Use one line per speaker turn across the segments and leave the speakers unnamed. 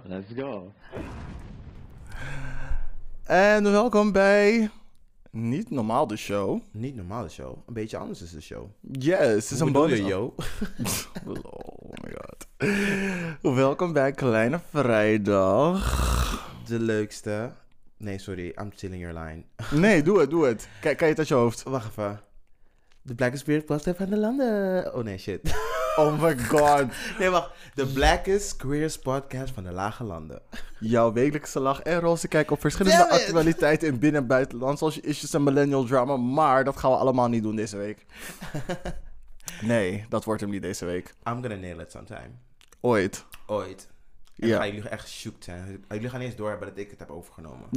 Let's go.
En welkom bij Niet Normaal de Show.
Niet normaal de show. Een beetje anders is de show.
Yes, het is een bonus.
yo.
Oh my god. Welkom bij Kleine Vrijdag.
De leukste. Nee, sorry. I'm stealing your line.
Nee, doe het. Kijk je het uit je hoofd.
Wacht even. De Blackest Spirit Podcast van de landen. Oh nee, shit.
Oh my god.
Nee, wacht. De Blackest Queers Podcast van de lage landen.
Jouw wekelijkse lach en roze kijk op verschillende
Damn it.
actualiteiten in binnen- en buitenland. Zoals je issues en millennial drama. Maar dat gaan we allemaal niet doen deze week. Nee, dat wordt hem niet deze week.
I'm gonna nail it sometime.
Ooit.
Ooit. En
Ja.
dan gaan jullie echt shooked zijn. Jullie gaan niet eens doorhebben dat ik het heb overgenomen.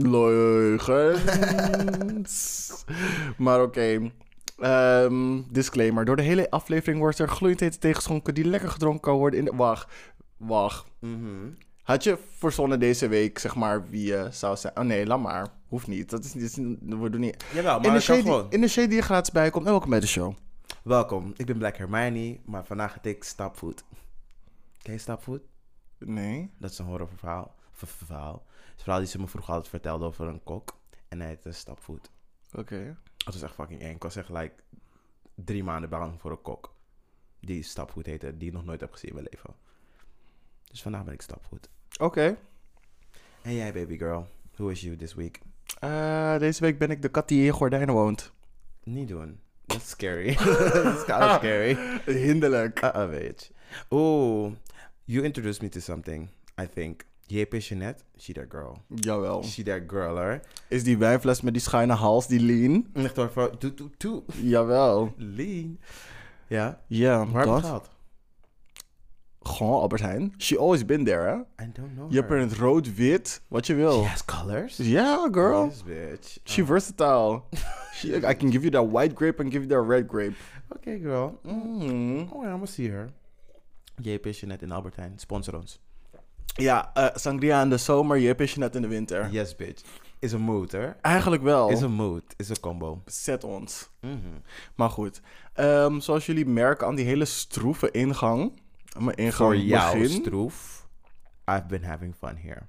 Leugens. Maar oké. Disclaimer. Door de hele aflevering wordt er gloeiend hete thee geschonken die lekker gedronken kan worden in de... Wacht.
Mhm.
Had je verzonnen deze week, zeg maar, wie je zou zijn? Oh nee, laat maar. Hoeft niet. Dat is niet... We doen niet...
Jawel, maar
In de,
dat kan
shade,
gewoon.
in de shade die je gratis bij komt. En welkom bij de show.
Welkom. Ik ben Black Hermione, maar vandaag ga ik Stapfood. Ken je Stapfood?
Nee.
Dat is een horrorverhaal. Verhaal. Het is een verhaal die ze me vroeger altijd vertelde over een kok. En hij heette Stapfood.
Oké.
Dat was echt fucking eng. Ik was echt like 3 maanden bang voor een kok. Die Stapfood heette, die ik nog nooit heb gezien in mijn leven. Dus vandaag ben ik Stapfood.
Oké.
En jij, baby girl? Who is you this week?
Deze week ben ik de kat die in gordijnen woont.
Niet doen. That's scary. That's kind of scary.
Hinderlijk.
Bitch. Oh, you introduced me to something, I think. J.P. Jeanette, she that girl.
Jawel.
She that girl, hoor.
Is die wijnfles met die schuine hals, die lean?
Echt hoor, toe.
Jawel.
Lean. Ja,
Ja,
waar heb je
dat.
het gehad?
Gewoon Albert Heijn. She always been there, hè?
I don't know
Je hebt er in het rood-wit, wat je wil.
She has colors?
Ja, girl.
Yes, bitch.
She versatile. I can give you that white grape and give you that red grape.
Okay, girl.
Mm.
Oh, ja, I'm gonna see her. J.P. Jeanette in Albert Heijn. Sponsor ons.
Ja, sangria in de zomer, je hebt net in de winter.
Yes, bitch. Is een mood, hè?
Eigenlijk wel.
Is een mood. Is een combo.
Zet ons.
Mhm.
Maar goed. Zoals jullie merken aan die hele stroeve ingang. Mijn ingang
Voor jou,
begin.
Stroef. I've been having fun here.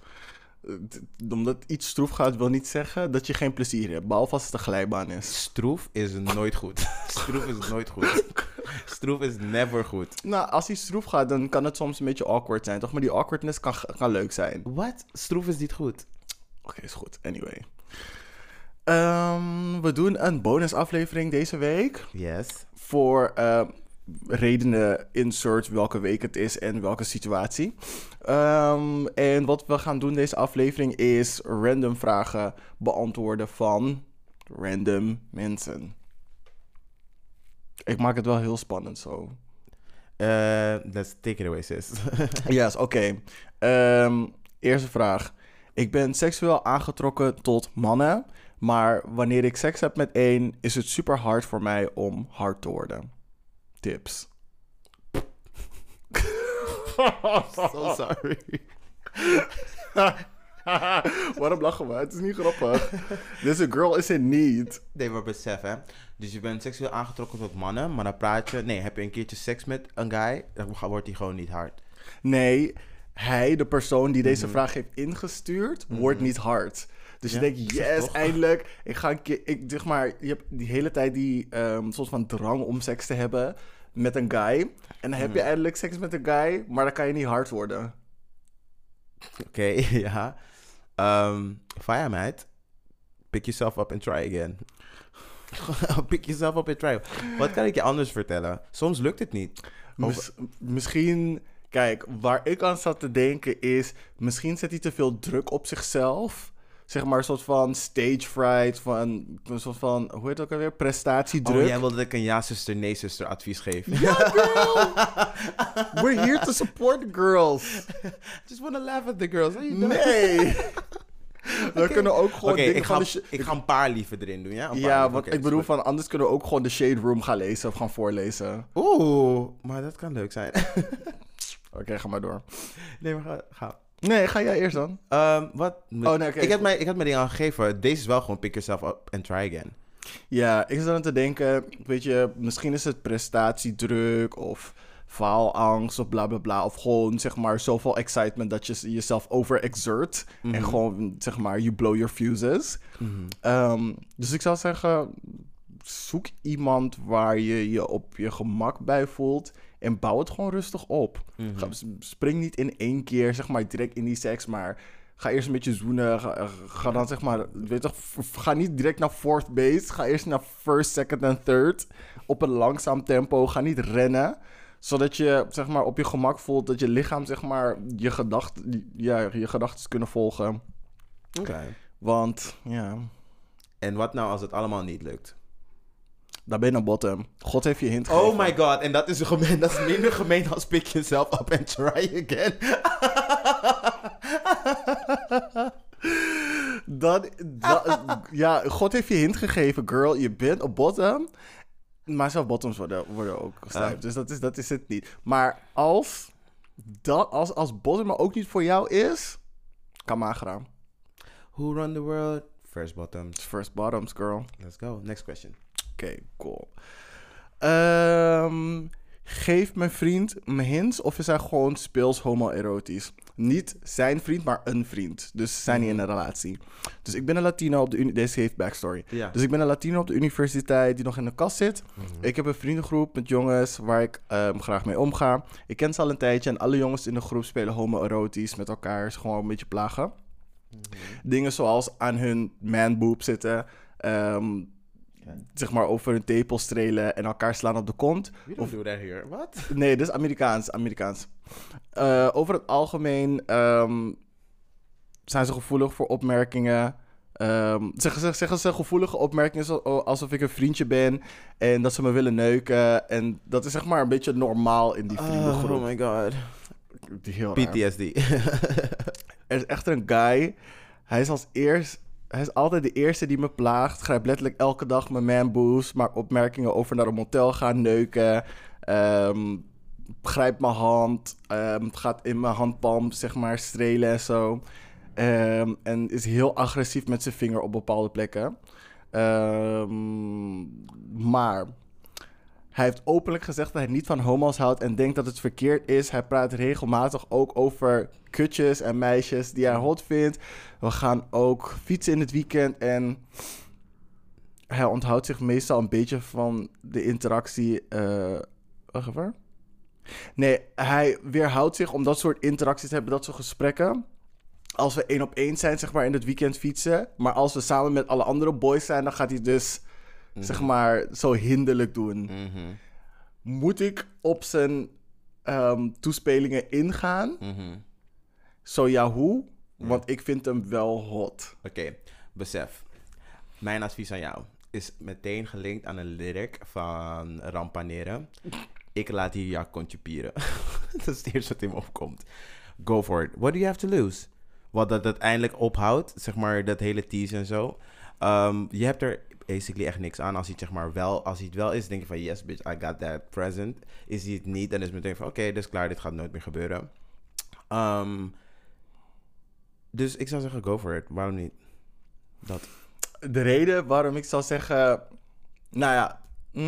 Omdat iets stroef gaat, wil niet zeggen dat je geen plezier hebt. Behalve als het een glijbaan is.
Stroef is nooit goed. Stroef is nooit goed. Stroef is never goed.
Nou, als hij stroef gaat, dan kan het soms een beetje awkward zijn, toch? Maar die awkwardness kan leuk zijn.
Wat? Stroef is niet goed.
Oké, is goed. Anyway. We doen een bonusaflevering deze week.
Yes.
Voor redenen insert welke week het is en welke situatie. En wat we gaan doen deze aflevering is random vragen beantwoorden van random mensen. Ik maak het wel heel spannend zo.
Let's take it away, sis.
Yes, oké. Eerste vraag. Ik ben seksueel aangetrokken tot mannen, maar wanneer ik seks heb met één, is het super hard voor mij om hard te worden. Tips.
So sorry.
Waarom lachen we? Het is niet grappig. Deze girl is in need.
Nee, maar besef, hè. Dus je bent seksueel aangetrokken tot mannen, maar dan praat je... Nee, heb je een keertje seks met een guy, dan wordt hij gewoon niet hard.
Nee, hij, de persoon die deze vraag heeft ingestuurd, wordt niet hard. Dus
Ja,
je denkt, yes,
toch?
eindelijk. Ik ga een keer, zeg maar, je hebt die hele tijd die soort van drang om seks te hebben met een guy. En dan heb je eindelijk seks met een guy, maar dan kan je niet hard worden.
Oké, ja. Fire, meid. Pick yourself up and try again. Pick yourself up and try. Wat kan ik je anders vertellen? Soms lukt het niet.
Misschien, kijk, waar ik aan zat te denken is, misschien zet hij te veel druk op zichzelf. Zeg maar een soort van stage fright, van een soort van, hoe heet het ook alweer, prestatiedruk.
Oh, jij wilde dat ik een ja-zuster, nee-zuster advies geef.
Ja, girl! We're here to support the girls.
Just wanna laugh at the girls. How you doing?
Nee. We kunnen ook gewoon
Oké,
dingen
ik
van
ga,
de...
ik ga een paar liever erin doen, ja? Een paar
Ja,
liever.
want
Oké,
ik bedoel
is goed.
van, anders kunnen we ook gewoon de Shade Room gaan lezen of gaan voorlezen.
Oeh, maar dat kan leuk zijn.
Oké, ga maar door.
Nee, maar ga.
Nee, ga jij eerst dan?
Wat?
Oh, nee, oké.
Ik had mijn ding al gegeven. Deze is wel gewoon pick yourself up and try again.
Ja, ik zat aan te denken, weet je, misschien is het prestatiedruk of faalangst of bla bla bla. Of gewoon, zeg maar, zoveel excitement dat je jezelf overexert. En gewoon, zeg maar, you blow your fuses. Dus ik zou zeggen, zoek iemand waar je je op je gemak bij voelt. En bouw het gewoon rustig op. Spring niet in één keer, zeg maar, direct in die seks, maar ga eerst een beetje zoenen. Ga dan, zeg maar, weet toch, ga niet direct naar fourth base. Ga eerst naar first, second en third. Op een langzaam tempo. Ga niet rennen. Zodat je, zeg maar, op je gemak voelt dat je lichaam, zeg maar, je gedachten kunnen volgen.
Oké.
Want, ja,
En wat nou als het allemaal niet lukt?
daar ben je naar bottom. God heeft je hint gegeven.
Oh my god, en dat is minder gemeen als pick yourself up and try again.
Ja, God heeft je hint gegeven, girl. Je bent op bottom. Maar zelfs bottoms worden ook stijf. Dus dat is het niet. Maar als bottom maar ook niet voor jou is, kan maar gaan.
Who run the world? First bottoms.
First bottoms, girl.
Let's go. Next question.
Oké, cool. Geef mijn vriend me hints of is hij gewoon speels homoerotisch? Niet zijn vriend, maar een vriend. Dus ze zijn niet in een relatie. Dus ik ben een Latino op de deze heeft backstory.
Ja.
Dus ik ben een Latino op de universiteit die nog in de kast zit. Ik heb een vriendengroep met jongens waar ik graag mee omga. Ik ken ze al een tijdje en alle jongens in de groep spelen homoerotisch met elkaar. Is gewoon een beetje plagen. Dingen zoals aan hun manboob zitten. Zeg maar over hun tepel strelen en elkaar slaan op de kont.
We don't do that here. Wat?
Nee, dit is Amerikaans. Over het algemeen zijn ze gevoelig voor opmerkingen. Zeggen ze gevoelige opmerkingen alsof ik een vriendje ben en dat ze me willen neuken. En dat is, zeg maar, een beetje normaal in die vriendengroep.
Oh my god.
Heel raar.
PTSD.
Er is echt een guy. Hij is altijd de eerste die me plaagt. Grijpt letterlijk elke dag mijn manboobs. Maakt opmerkingen over naar een motel gaan neuken. Grijpt mijn hand. Gaat in mijn handpalm, zeg maar, strelen en zo. En is heel agressief met zijn vinger op bepaalde plekken. Maar hij heeft openlijk gezegd dat hij niet van homo's houdt en denkt dat het verkeerd is. Hij praat regelmatig ook over kutjes en meisjes die hij hot vindt. We gaan ook fietsen in het weekend en hij onthoudt zich meestal een beetje van de interactie. Wacht even. Nee, hij weerhoudt zich om dat soort interacties te hebben, dat soort gesprekken. Als we 1-op-1 zijn, zeg maar, in het weekend fietsen. Maar als we samen met alle andere boys zijn, dan gaat hij dus, zeg maar, zo hinderlijk doen. Moet ik op zijn toespelingen ingaan? Zo ja, hoe? Want ik vind hem wel hot.
Oké, besef. Mijn advies aan jou is meteen gelinkt aan een lyric van Rampaneren. Ik laat hier jouw kontje pieren. Dat is het eerste wat in me opkomt. Go for it. What do you have to lose? Wat dat uiteindelijk ophoudt, zeg maar, dat hele tease en zo. Je hebt er basically echt niks aan. Als hij het, zeg maar, als hij het wel is, denk je van yes, bitch, I got that present. Is hij het niet, dan is het meteen van oké, dit is klaar, dit gaat nooit meer gebeuren. Dus ik zou zeggen, go for it. Waarom niet? Dat.
De reden waarom ik zou zeggen, nou ja,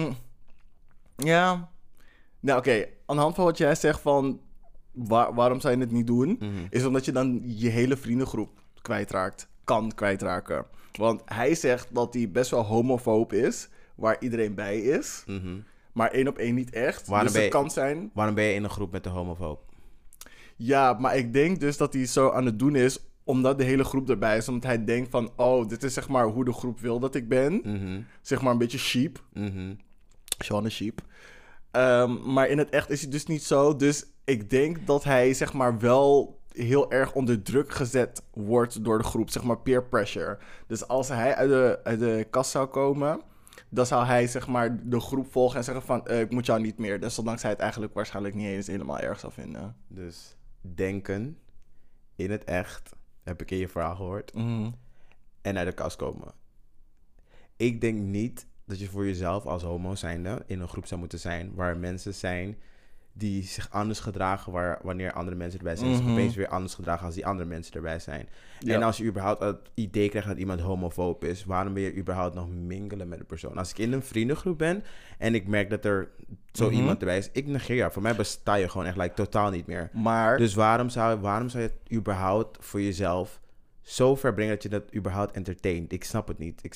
ja. Nou oké, aan de hand van wat jij zegt van waarom zou je het niet doen, is omdat je dan je hele vriendengroep kan kwijtraken. Want hij zegt dat hij best wel homofoob is, waar iedereen bij is, maar 1-op-1 niet echt. Dus het kan zijn.
Waarom ben je in een groep met een homofoob?
Ja, maar ik denk dus dat hij zo aan het doen is omdat de hele groep erbij is. Omdat hij denkt van, oh, dit is, zeg maar, hoe de groep wil dat ik ben. Zeg maar een beetje sheep. Sean is sheep. Maar in het echt is hij dus niet zo. Dus ik denk dat hij, zeg maar, wel heel erg onder druk gezet wordt door de groep. Zeg maar peer pressure. Dus als hij uit de kast zou komen, dan zou hij, zeg maar, de groep volgen en zeggen van, ik moet jou niet meer. Dus ondanks hij het eigenlijk waarschijnlijk niet eens helemaal erg zou vinden.
Dus denken in het echt, heb ik in je verhaal gehoord. En uit de kast komen. Ik denk niet dat je voor jezelf als homo zijnde in een groep zou moeten zijn waar mensen zijn die zich anders gedragen wanneer andere mensen erbij zijn. Dus opeens weer anders gedragen als die andere mensen erbij zijn.
Ja.
En als je überhaupt het idee krijgt dat iemand homofoob is, waarom ben je überhaupt nog mingelen met de persoon? Als ik in een vriendengroep ben en ik merk dat er zo iemand erbij is, ik negeer jou. Voor mij besta je gewoon echt totaal niet meer.
Maar...
Dus waarom zou je het überhaupt voor jezelf zo ver brengen dat je dat überhaupt entertaint? Ik snap het niet.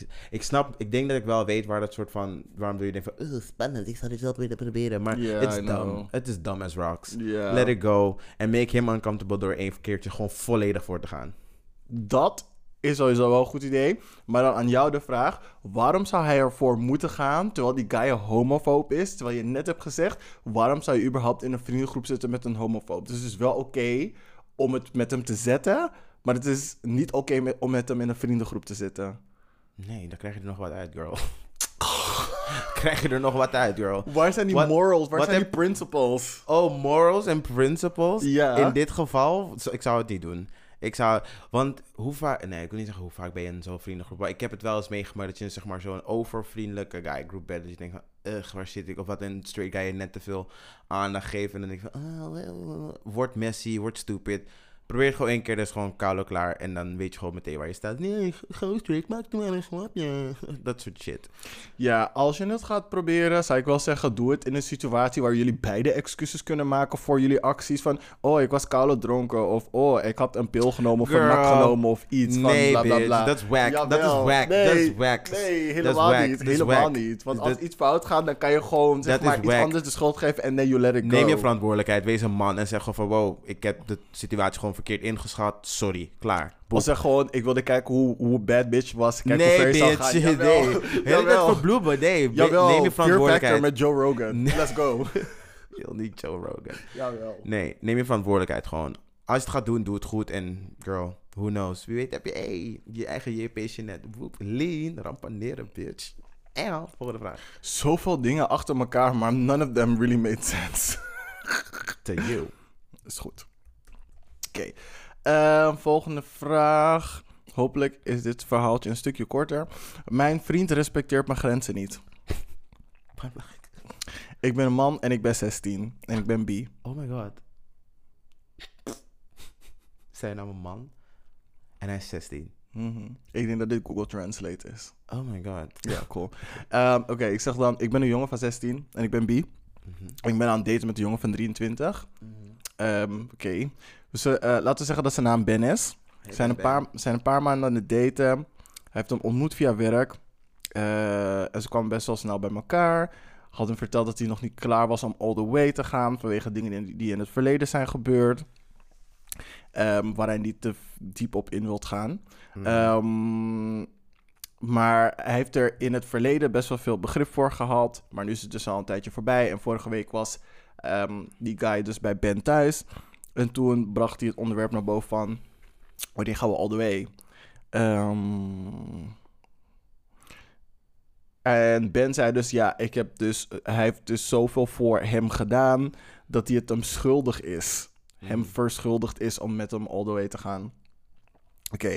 Ik denk dat ik wel weet waar dat soort van... Waarom doe je denkt van... spannend, ik zou dit wel willen proberen. Maar it's dumb. Het is dumb as rocks.
Yeah.
Let it go. And make him uncomfortable door één keertje gewoon volledig voor te gaan.
Dat is sowieso wel een goed idee. Maar dan aan jou de vraag... Waarom zou hij ervoor moeten gaan... terwijl die guy een homofoob is... terwijl je net hebt gezegd... waarom zou je überhaupt in een vriendengroep zitten met een homofoob? Dus het is wel oké om het met hem te zetten... maar het is niet oké om met hem in een vriendengroep te zitten.
Nee, dan krijg je er nog wat uit, girl. Krijg je er nog wat uit, girl.
Waar zijn die morals? Waar zijn die principles?
Oh, morals en principles?
Ja.
In dit geval, ik zou het niet doen. Want hoe vaak... Nee, ik wil niet zeggen hoe vaak ben je in zo'n vriendengroep. Maar ik heb het wel eens meegemaakt dat je zeg maar zo'n overvriendelijke guy groep bent. Dat je denkt van, waar zit ik? Of wat een straight guy je net te veel aandacht geeft. En dan denk je van, word messy, word stupid. Probeer het gewoon één keer, dat is gewoon koude klaar. En dan weet je gewoon meteen waar je staat. Nee, go straight, maak er maar een grapje. Dat soort shit.
Ja, als je het gaat proberen, zou ik wel zeggen... doe het in een situatie waar jullie beide excuses kunnen maken... voor jullie acties van... oh, ik was koude dronken. Of oh, ik had een pil genomen of een nak genomen of iets.
Nee,
van bla bla bla.
Dat is wack.
Jawel.
Dat is wack.
Nee,
dat is wack.
Nee, helemaal niet. Helemaal niet. Want als iets fout gaat, dan kan je gewoon zeg maar iets anders de schuld geven... en then you let it go.
Neem je verantwoordelijkheid, wees een man en zeg gewoon van... wow, ik heb de situatie gewoon verkeerd ingeschat. Sorry, klaar.
Of zeg gewoon, ik wilde kijken hoe bad bitch was. Kijk
nee,
hoe ver je zou
bitch.
gaan. Jawel.
Nee. Heel dat verbloemen. Nee,
Jawel.
neem je verantwoordelijkheid.
Fear Factor met Joe Rogan.
Nee.
Let's go.
Je wil niet Joe Rogan.
Jawel.
Nee, neem je verantwoordelijkheid gewoon. Als je het gaat doen, doe het goed. En girl, who knows. Wie weet heb je je eigen JP'tje net. Woep, lean, rampaneren, bitch. En volgende vraag.
Zoveel dingen achter elkaar, maar none of them really made sense.
To you.
Is goed. Oké. Volgende vraag. Hopelijk is dit verhaaltje een stukje korter. Mijn vriend respecteert mijn grenzen niet. Ik ben een man en ik ben 16. En ik ben bi.
Oh my god. Zijn nou een man? En hij is 16.
Mm-hmm. Ik denk dat dit Google Translate is.
Oh my god.
Ja, cool. Oké, ik zeg dan... Ik ben een jongen van 16 en ik ben bi.
Mm-hmm.
Ik ben aan het daten met een jongen van 23. Oké. Dus laten we zeggen dat zijn naam Ben is. We zijn een paar maanden aan het daten. Hij heeft hem ontmoet via werk. En ze kwamen best wel snel bij elkaar. Had hem verteld dat hij nog niet klaar was om all the way te gaan... vanwege dingen die in het verleden zijn gebeurd. Waar hij niet te diep op in wilt gaan. Maar hij heeft er in het verleden best wel veel begrip voor gehad. Maar nu is het dus al een tijdje voorbij. En vorige week was die guy dus bij Ben thuis. En toen bracht hij het onderwerp naar boven van... wanneer gaan we all the way? En Ben zei dus, ja, hij heeft dus zoveel voor hem gedaan... dat hij het hem schuldig is. Hem verschuldigd is om met hem all the way te gaan. Oké.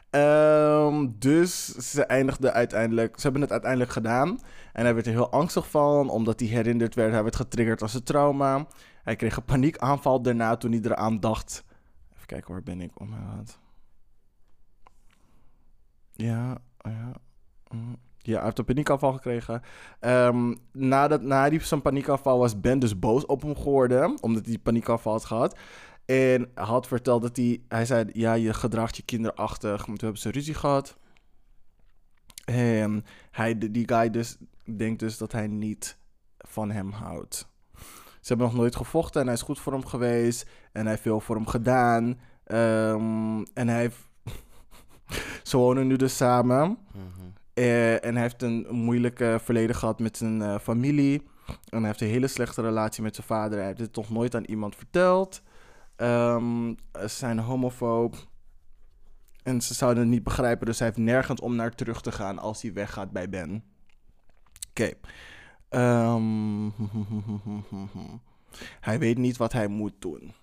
Dus ze hebben het uiteindelijk gedaan. En hij werd er heel angstig van, omdat hij herinnerd werd. Hij werd getriggerd als een trauma. Hij kreeg een paniekaanval daarna toen hij eraan dacht. Even kijken, waar ben ik? Oh my god. Ja. Ja, hij heeft een paniekaanval gekregen. Na zijn paniekaanval was Ben dus boos op hem geworden, omdat hij paniekaanval had gehad. En hij had verteld dat hij zei, ja, je gedraagt je kinderachtig. Maar toen hebben ze ruzie gehad. En die guy dus denkt dus dat hij niet van hem houdt. Ze hebben nog nooit gevochten en hij is goed voor hem geweest. En hij heeft veel voor hem gedaan. En hij heeft... Ze wonen nu dus samen.
Mm-hmm.
En hij heeft een moeilijke verleden gehad met zijn familie. En hij heeft een hele slechte relatie met zijn vader. Hij heeft dit toch nooit aan iemand verteld. Ze zijn homofoob. En ze zouden het niet begrijpen. Dus hij heeft nergens om naar terug te gaan als hij weggaat bij Ben. Oké. Hij weet niet wat hij moet doen.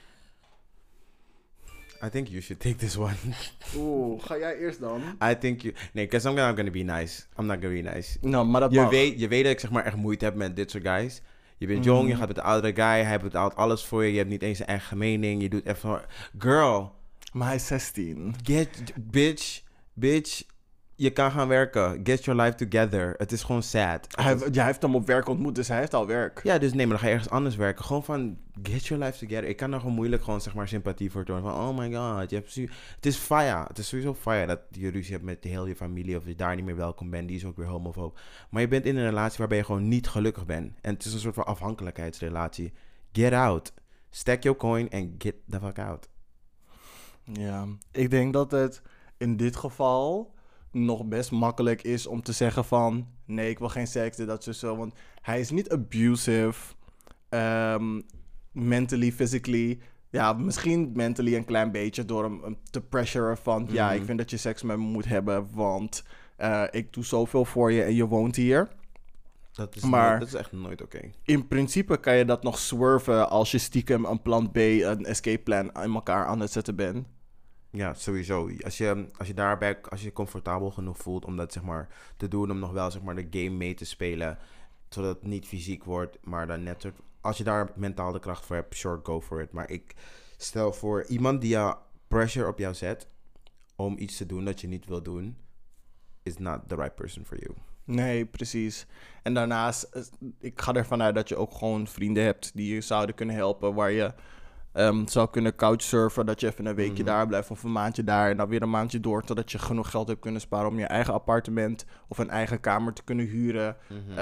I think you should take this one.
Oeh, ga jij eerst dan?
I think you... Nee, because I'm not gonna be nice. I'm not gonna be nice.
Nou, maar dat
Je
mag.
weet dat ik zeg maar echt moeite heb met dit soort guys. Je bent jong, je gaat met de oudere guy, hij betaalt alles voor je. Je hebt niet eens een eigen mening. Je doet even... Girl.
Maar hij is 16.
Bitch. Je kan gaan werken. Get your life together. Het is gewoon sad.
Hij heeft hem op werk ontmoet, dus hij heeft al werk.
Ja, dus nee, maar dan ga je ergens anders werken. Gewoon van, get your life together. Ik kan daar gewoon moeilijk gewoon, zeg maar, sympathie voor tonen. Van, oh my god, het is fire. Het is sowieso fire dat je ruzie hebt met heel je familie of je daar niet meer welkom bent. Die is ook weer homofoob. Maar je bent in een relatie waarbij je gewoon niet gelukkig bent. En het is een soort van afhankelijkheidsrelatie. Get out. Stack your coin and get the fuck out.
Ja, ik denk dat het in dit geval nog best makkelijk is om te zeggen van... nee, ik wil geen seks, dat zo. Want hij is niet abusive, mentally, physically. Ja, misschien mentally een klein beetje door hem te pressuren van... ja, ik vind dat je seks met me moet hebben, want ik doe zoveel voor je en je woont hier.
Dat is echt nooit oké.
In principe kan je dat nog swerven als je stiekem een plan B, een escape plan in elkaar aan het zetten bent.
Ja, sowieso. Als je comfortabel genoeg voelt om dat, zeg maar, te doen, om nog wel, zeg maar, de game mee te spelen, zodat het niet fysiek wordt, maar dan net als je daar mentaal de kracht voor hebt, sure, go for it. Maar ik stel voor, iemand die pressure op jou zet om iets te doen dat je niet wil doen, is not the right person for you.
Nee, precies. En daarnaast, ik ga ervan uit dat je ook gewoon vrienden hebt die je zouden kunnen helpen, waar je zou kunnen couchsurfen, dat je even een weekje daar blijft of een maandje daar en dan weer een maandje door, totdat je genoeg geld hebt kunnen sparen om je eigen appartement of een eigen kamer te kunnen huren.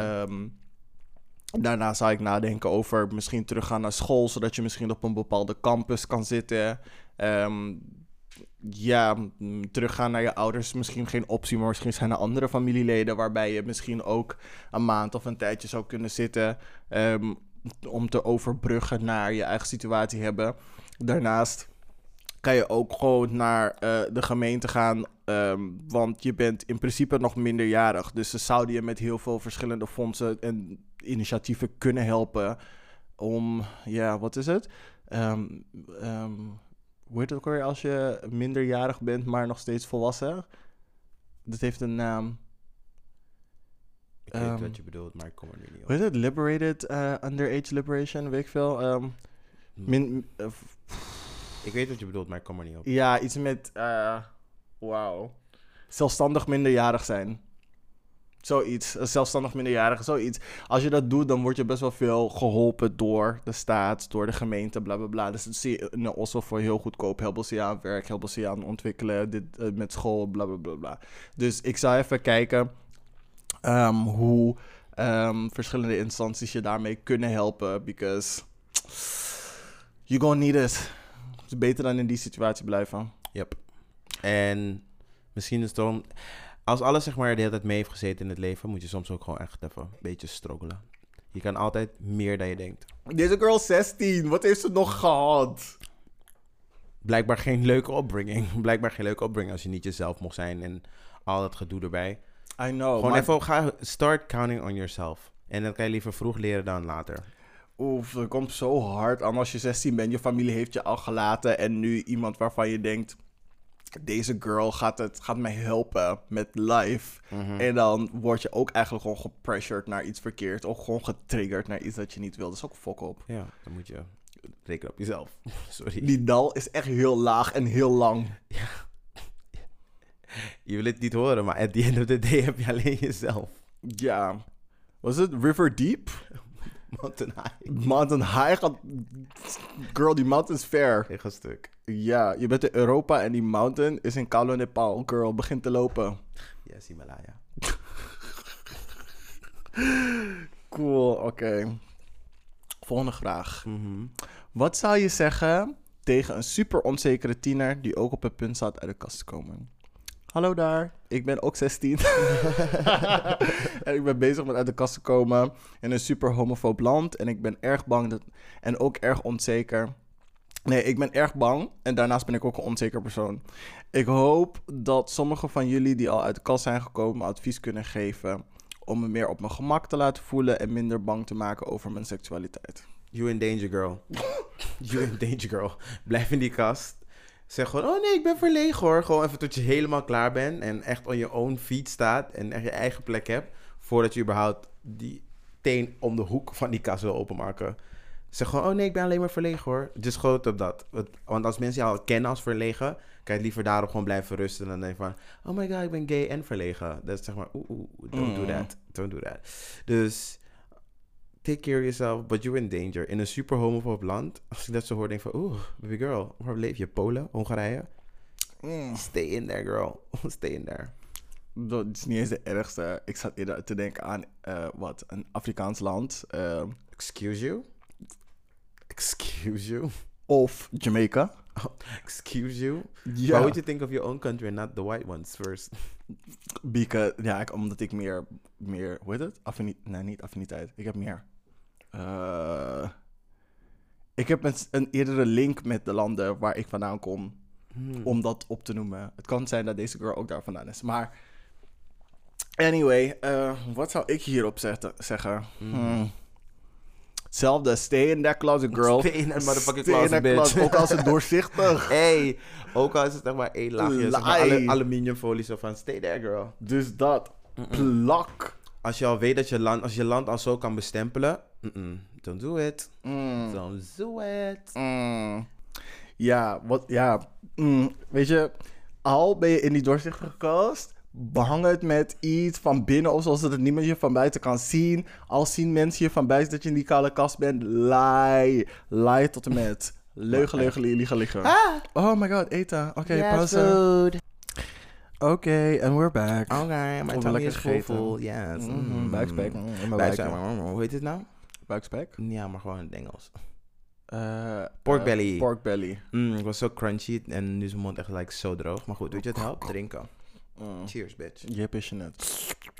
Daarna zou ik nadenken over misschien teruggaan naar school, zodat je misschien op een bepaalde campus kan zitten. Teruggaan naar je ouders, misschien geen optie, maar misschien zijn er andere familieleden waarbij je misschien ook een maand of een tijdje zou kunnen zitten, om te overbruggen naar je eigen situatie hebben. Daarnaast kan je ook gewoon naar de gemeente gaan, want je bent in principe nog minderjarig. Dus ze zouden je met heel veel verschillende fondsen en initiatieven kunnen helpen om, wat is het? Hoe heet het ook alweer als je minderjarig bent, maar nog steeds volwassen? Dat heeft een naam.
Ik weet wat je bedoelt, maar ik kom er nu niet op.
Hoe heet het? Liberated, underage liberation, weet ik veel.
Ik weet wat je bedoelt, maar ik kom er niet op.
Ja, iets met, zelfstandig minderjarig zijn. Zoiets, zelfstandig minderjarige, zoiets. Als je dat doet, dan word je best wel veel geholpen door de staat, door de gemeente, bla bla bla. Dus dat zie je in Oslo voor heel goedkoop. Helpen ze je aan werk, helpen ze je aan ontwikkelen, dit met school, bla bla bla bla. Dus ik zou even kijken hoe verschillende instanties je daarmee kunnen helpen. Because you gonna need it. Het is beter dan in die situatie blijven.
Yep. En misschien is het dan, als alles, zeg maar, de hele tijd mee heeft gezeten in het leven, moet je soms ook gewoon echt even een beetje struggelen. Je kan altijd meer dan je denkt.
Deze girl is 16. Wat heeft ze nog gehad?
Blijkbaar geen leuke opbringing. Als je niet jezelf mocht zijn en al dat gedoe erbij.
I know.
Gewoon even start counting on yourself. En dat kan je liever vroeg leren dan later.
Oef, dat komt zo hard aan als je 16 bent. Je familie heeft je al gelaten en nu iemand waarvan je denkt, deze girl gaat mij helpen met life. En dan word je ook eigenlijk gewoon gepressured naar iets verkeerd. Of gewoon getriggerd naar iets dat je niet wil. Dat is ook fok op.
Ja, dan moet je rekenen op jezelf. Sorry.
Die dal is echt heel laag en heel lang.
Ja. Je wil het niet horen, maar at the end of the day heb je alleen jezelf.
Ja. Was het River Deep? Mountain High gaat... Girl, die mountain is ver.
Ik ga stuk.
Ja, je bent in Europa en die mountain is in Kalo, Nepal. Girl, begin te lopen.
Yes, Himalaya.
Cool, oké. Volgende vraag. Wat zou je zeggen tegen een super onzekere tiener die ook op het punt staat uit de kast te komen? Hallo daar, ik ben ook 16. En ik ben bezig met uit de kast te komen in een super homofoob land. En ik ben erg bang en ook erg onzeker. Nee, ik ben erg bang en daarnaast ben ik ook een onzeker persoon. Ik hoop dat sommigen van jullie die al uit de kast zijn gekomen advies kunnen geven om me meer op mijn gemak te laten voelen en minder bang te maken over mijn seksualiteit.
You in danger, girl. You in danger, girl. Blijf in die kast. Zeg gewoon, oh nee, ik ben verlegen hoor. Gewoon even tot je helemaal klaar bent en echt on je own feet staat en echt je eigen plek hebt, voordat je überhaupt die meteen om de hoek van die kast wil openmaken. Zeg gewoon, oh nee, ik ben alleen maar verlegen hoor. Just gewoon op dat. Want als mensen jou al kennen als verlegen, kan je liever daarop gewoon blijven rusten. En dan denk je van, oh my god, ik ben gay en verlegen. Dat is zeg maar, don't do that. Don't do that. Dus, take care of yourself, but you're in danger. In een super homofoob land, als ik dat zo hoor, denk ik van, baby girl, waar leef je? Polen? Hongarije? Stay in there, girl. Stay in there.
Dat is niet eens de ergste. Ik zat eerder te denken aan, een Afrikaans land.
Excuse you? Excuse you?
Of Jamaica.
Oh, excuse you?
Ja.
Why would you think of your own country and not the white ones first?
Because, omdat ik meer, hoe heet het? Niet affiniteit. Ik heb meer. Ik heb een eerdere link met de landen waar ik vandaan kom. Om dat op te noemen. Het kan zijn dat deze girl ook daar vandaan is. Maar, anyway, wat zou ik hierop zeggen? Hetzelfde, stay in that closet, girl.
Stay in that motherfucking closet, bitch.
Ook al is het doorzichtig.
Hey, ook al is het zeg maar één laagje, zeg maar aluminiumfolie, zo van, stay there, girl.
Dus dat, plak.
Als je al weet dat als je land al zo kan bestempelen, don't do it. Don't do it.
Weet je, al ben je in die doorzichtige kast, behang het met iets van binnen of zoals dat niemand je van buiten kan zien. Al zien mensen je van buiten dat je in die kale kast bent, lie tot en met. Leugen, liegen. Oh my god, eten. Oké, pauze. Oké, and we're back.
Oké, mijn tummy is full. Yes.
Buikspek.
Hoe heet het nou?
Buikspek?
Ja, maar gewoon in het Engels. Pork belly.
Pork belly.
Het was zo crunchy en nu is mijn mond echt like, zo droog. Maar goed, weet je het helpt? Drinken. Cheers, bitch.
Je passionate.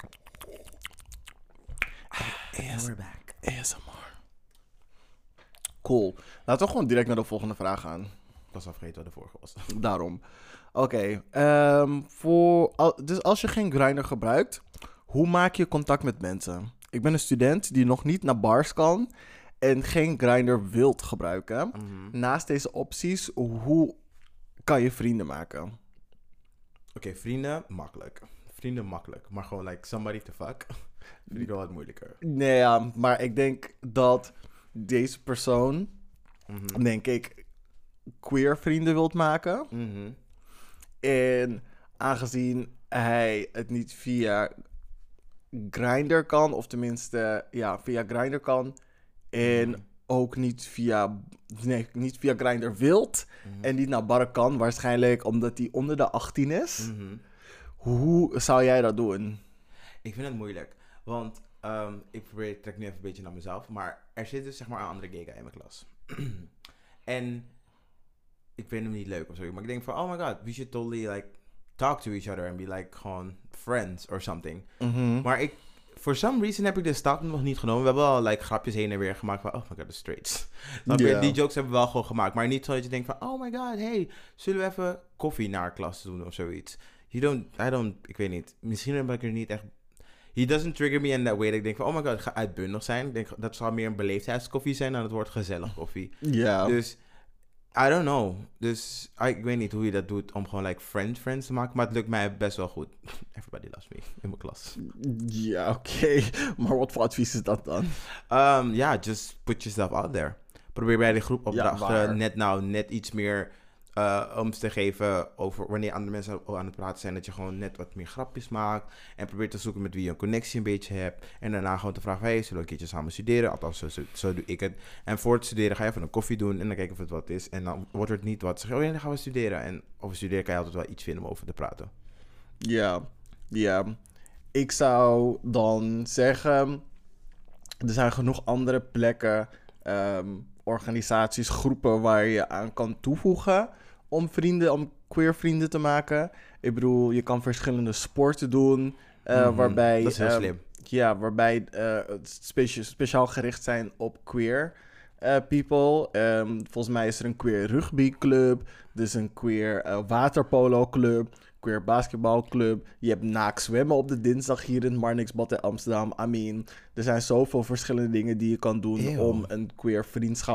And we're back.
ASMR. Cool. Laten we gewoon direct naar de volgende vraag gaan.
Ik was al vergeten wat de vorige was.
Daarom. Oké. Dus als je geen Grindr gebruikt, hoe maak je contact met mensen? Ik ben een student die nog niet naar bars kan en geen Grindr wilt gebruiken. Naast deze opties, hoe kan je vrienden maken?
Oké, vrienden, makkelijk. Maar gewoon like somebody to fuck, vind ik wel wat moeilijker.
Nee, ja, maar ik denk dat deze persoon, denk ik, queer vrienden wilt maken. En aangezien hij het niet via Grindr kan, of tenminste, via Grindr kan, en ook niet via Grindr wilt, en niet naar barren kan, waarschijnlijk omdat hij onder de 18 is. Hoe zou jij dat doen?
Ik vind het moeilijk, want ik trek nu even een beetje naar mezelf, maar er zit dus zeg maar een andere gay guy in mijn klas. En ik vind hem niet leuk of zo, maar ik denk van, oh my god, we should totally like talk to each other and be like gewoon friends or something. Maar for some reason heb ik de stap nog niet genomen. We hebben wel like grapjes heen en weer gemaakt van, oh my god, the straights. Die jokes hebben we wel gewoon gemaakt, maar niet zo dat je denkt van, oh my god, hey, zullen we even koffie naar klas doen of zoiets. Ik weet niet. Misschien heb ik er niet echt. He doesn't trigger me in that way. Dat ik denk van, oh my god, ik ga uitbundig zijn. Ik denk, dat zal meer een beleefdheidskoffie zijn dan het woord gezellig koffie.
Ja.
Dus, I don't know. Dus, ik weet niet hoe je dat doet om gewoon like friends te maken. Maar het lukt mij best wel goed. Everybody loves me in mijn klas.
Ja, oké. Maar wat voor advies is dat dan?
Just put yourself out there. Probeer bij de groep opdrachten net iets meer om te geven over wanneer andere mensen aan het praten zijn, dat je gewoon net wat meer grapjes maakt en probeert te zoeken met wie je een connectie een beetje hebt en daarna gewoon te vragen, hey, zullen we een keertje samen studeren? Althans, zo doe ik het. En voor het studeren ga je even een koffie doen en dan kijken of het wat is en dan wordt het niet wat. Zeg je, oh ja, dan gaan we studeren. En over studeren kan je altijd wel iets vinden om over te praten. Ja. Ik zou dan zeggen, er zijn genoeg andere plekken, organisaties, groepen waar je aan kan toevoegen om queer vrienden te maken. Ik bedoel, je kan verschillende sporten doen, waarbij... Dat is heel slim.
Ja, waarbij speciaal gericht zijn op queer people. Volgens mij is er een queer rugbyclub, dus een queer waterpolo club, queer basketbalclub. Je hebt naakt zwemmen op de dinsdag hier in het Marnixbad in Amsterdam. I mean, er zijn zoveel verschillende dingen die je kan doen om een queer vriendschap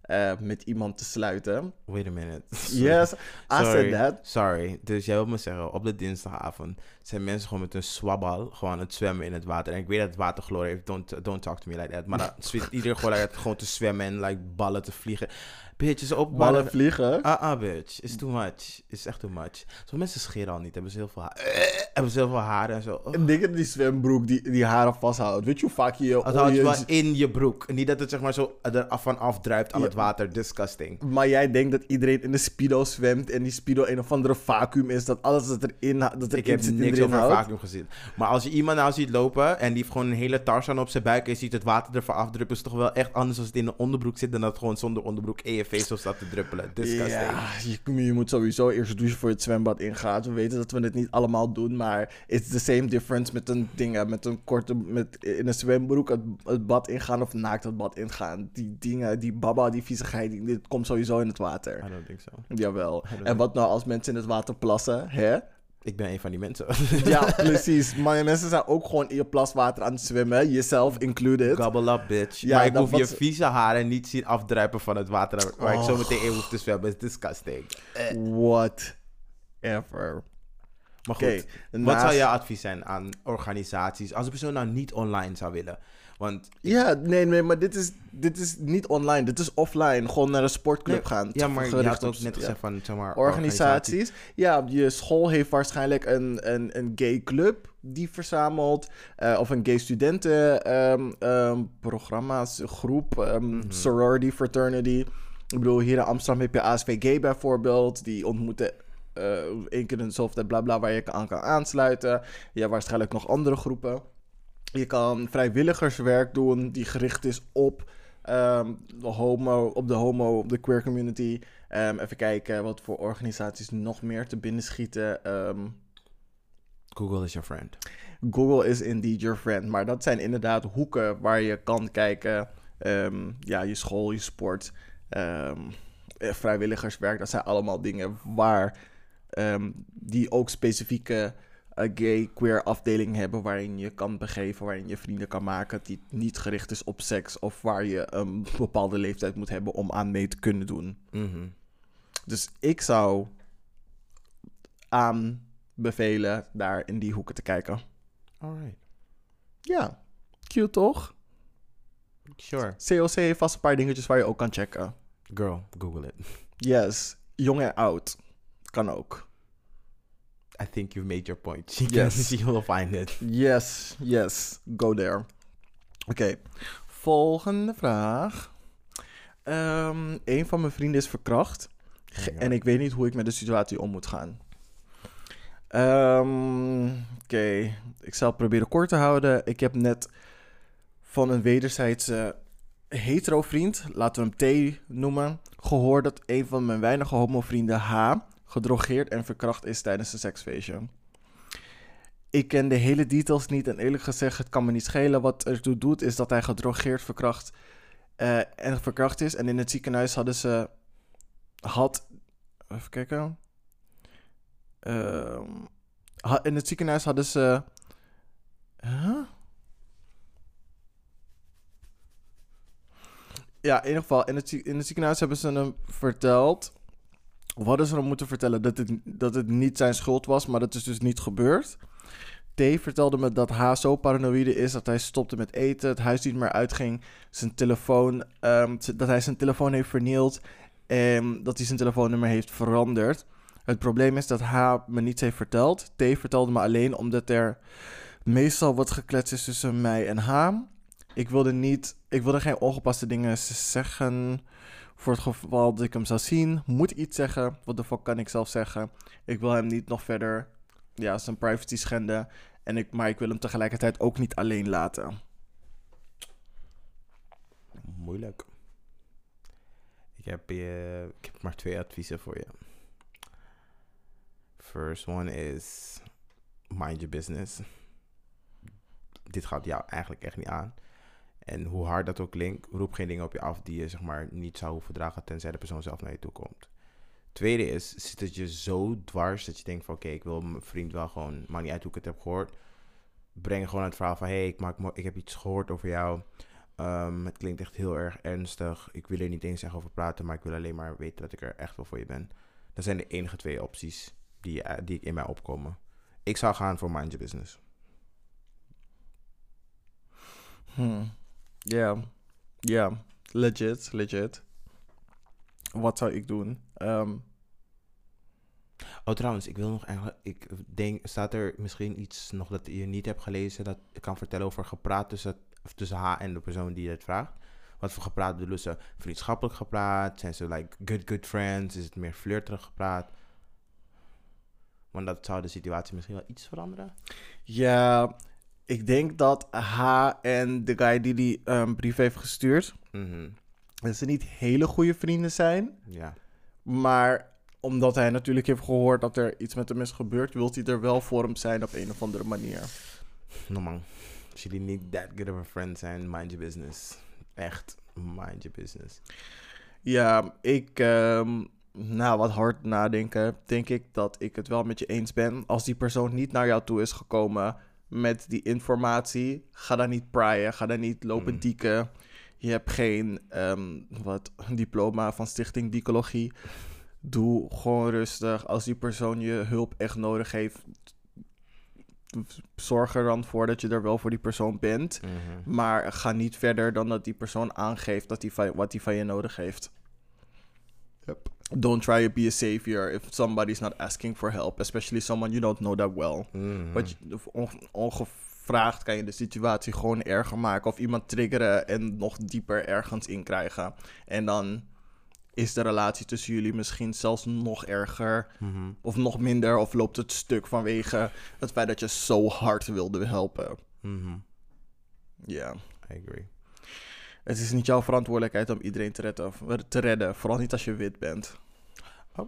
met iemand te sluiten.
Wait a minute.
Yes, I said that.
Sorry. Dus jij wil me zeggen, op de dinsdagavond zijn mensen gewoon met een swabbal gewoon aan het zwemmen in het water. En ik weet dat het water chloor heeft. Don't talk to me like that. Maar dan zit iedereen gewoon te zwemmen en like ballen te vliegen. Bitch, is op
Ballen vliegen?
Bitch. It's too much. It's echt too much. Zo mensen scheren al niet. Hebben ze heel veel haar. Hebben ze heel veel haar en zo.
Ik denk dat die zwembroek die haren vasthoudt. Weet je hoe vaak je...
Het houdt wel in je broek. Niet dat het zeg maar zo er vanaf druipt aan het water. Disgusting.
Maar jij denkt dat iedereen in de Speedo zwemt en die Speedo een of andere vacuüm is, dat alles dat erin dat er
Ik heb niks over een vacuüm gezien. Maar als je iemand nou ziet lopen en die heeft gewoon een hele Tarzan op zijn buik en je ziet het water ervan afdruppen, is het toch wel echt anders als het in de onderbroek zit dan dat het gewoon zonder onderbroek in je face staat te druppelen. Disgusting.
Ja, je moet sowieso eerst douchen voor je het zwembad ingaat. We weten dat we het niet allemaal doen, maar it's the same difference met een ding, met een korte, in een zwembroek het bad ingaan of naakt het bad ingaan. Die dingen, die baba, die viezigheid, dit komt sowieso in het water.
I don't think so.
Jawel. En wat nou als mensen in het water plassen, hè?
Ik ben een van die mensen.
Ja, precies. Maar mensen zijn ook gewoon in je plaswater aan het zwemmen. Jezelf included.
Gobble up, bitch.
Ja,
maar ik hoef je vieze haren niet zien afdruipen van het water waar ik zo meteen in hoef te zwemmen. It's disgusting.
Whatever.
Maar goed, wat zou jouw advies zijn aan organisaties als de persoon nou niet online zou willen? Want
nee, maar dit is niet online. Dit is offline. Gewoon naar een sportclub gaan.
Ja, maar je had ook net gezegd van, zeg maar,
organisaties. Ja, je school heeft waarschijnlijk een gay club die verzamelt. Of een gay studenten programma's, groep. Sorority, fraternity. Ik bedoel, hier in Amsterdam heb je ASV Gay bijvoorbeeld. Die ontmoeten 1 keer in de zoveel tijd, bla bla, waar je aan kan aansluiten. Je hebt waarschijnlijk nog andere groepen. Je kan vrijwilligerswerk doen die gericht is op de queer community. Even kijken wat voor organisaties nog meer te binnen schieten.
Google is your friend.
Google is indeed your friend. Maar dat zijn inderdaad hoeken waar je kan kijken. Je school, je sport, vrijwilligerswerk. Dat zijn allemaal dingen waar die ook specifieke gay, queer afdeling hebben waarin je kan begeven, waarin je vrienden kan maken, die niet gericht is op seks of waar je een bepaalde leeftijd moet hebben om aan mee te kunnen doen.
Mm-hmm.
Dus ik zou aanbevelen daar in die hoeken te kijken.
Alright.
Ja, cute toch?
Sure.
COC heeft vast een paar dingetjes waar je ook kan checken.
Girl, Google it.
Yes, jong en oud. Kan ook.
I think you've made your point.
Yes.
You will find it.
Yes. Go there. Oké. Volgende vraag. Een van mijn vrienden is verkracht. En ik weet niet hoe ik met de situatie om moet gaan. Oké. Ik zal het proberen kort te houden. Ik heb net van een wederzijdse hetero vriend, laten we hem T noemen, gehoord dat een van mijn weinige homo-vrienden H gedrogeerd en verkracht is tijdens een seksfeestje. Ik ken de hele details niet en eerlijk gezegd, het kan me niet schelen. Wat ertoe doet is dat hij gedrogeerd, verkracht is. En in het ziekenhuis even kijken. In het ziekenhuis hadden ze... Ja, in ieder geval, in het ziekenhuis hebben ze hem verteld... Of hadden ze hem moeten vertellen dat het niet zijn schuld was, maar dat is dus niet gebeurd. T vertelde me dat H zo paranoïde is dat hij stopte met eten, het huis niet meer uitging, dat hij zijn telefoon heeft vernield en dat hij zijn telefoonnummer heeft veranderd. Het probleem is dat H me niets heeft verteld. T vertelde me alleen omdat er meestal wat gekletst is tussen mij en H. Ik wilde geen ongepaste dingen zeggen. Voor het geval dat ik hem zou zien, moet iets zeggen. Wat de fuck kan ik zelf zeggen? Ik wil hem niet nog verder zijn privacy schenden. Maar ik wil hem tegelijkertijd ook niet alleen laten.
Moeilijk. Ik heb maar 2 adviezen voor je. First one is mind your business. Dit gaat jou eigenlijk echt niet aan. En hoe hard dat ook klinkt, roep geen dingen op je af die je zeg maar niet zou hoeven dragen tenzij de persoon zelf naar je toe komt. Tweede is, zit het je zo dwars dat je denkt van oké, ik wil mijn vriend wel gewoon, maakt niet uit hoe ik het heb gehoord. Breng gewoon het verhaal van hey, ik heb iets gehoord over jou. Het klinkt echt heel erg ernstig. Ik wil er niet eens echt over praten, maar ik wil alleen maar weten dat ik er echt wel voor je ben. Dat zijn de enige 2 opties die in mij opkomen. Ik zou gaan voor mind your business.
Ja, legit. Wat zou ik doen?
Oh, trouwens, ik wil nog eigenlijk... Ik denk, staat er misschien iets nog dat je niet hebt gelezen... dat ik kan vertellen over gepraat tussen haar en de persoon die het vraagt? Wat voor gepraat bedoelen ze? Vriendschappelijk gepraat? Zijn ze like good friends? Is het meer flirterig gepraat? Want dat zou de situatie misschien wel iets veranderen.
Ja, ik denk dat haar en de guy die brief heeft gestuurd... dat ze niet hele goede vrienden zijn.
Ja.
Maar omdat hij natuurlijk heeft gehoord dat er iets met hem is gebeurd... wil hij er wel voor hem zijn op een of andere manier.
No man, als jullie niet that good of a friend zijn, mind your business. Echt, mind your business.
Ja, na wat hard nadenken, denk ik dat ik het wel met je eens ben. Als die persoon niet naar jou toe is gekomen met die informatie, ga daar niet praaien, ga daar niet lopen dieken. Je hebt geen diploma van Stichting Diecologie. Doe gewoon rustig. Als die persoon je hulp echt nodig heeft, zorg er dan voor dat je er wel voor die persoon bent. Maar ga niet verder dan dat die persoon aangeeft wat hij van je nodig heeft. Yep. Don't try to be a savior if somebody's not asking for help. Especially someone you don't know that well. Ongevraagd kan je de situatie gewoon erger maken. Of iemand triggeren en nog dieper ergens in krijgen. En dan is de relatie tussen jullie misschien zelfs nog erger. Of nog minder. Of loopt het stuk vanwege het feit dat je zo hard wilde helpen. Ja.
I agree.
Het is niet jouw verantwoordelijkheid om iedereen te redden. Vooral niet als je wit bent.
Oh.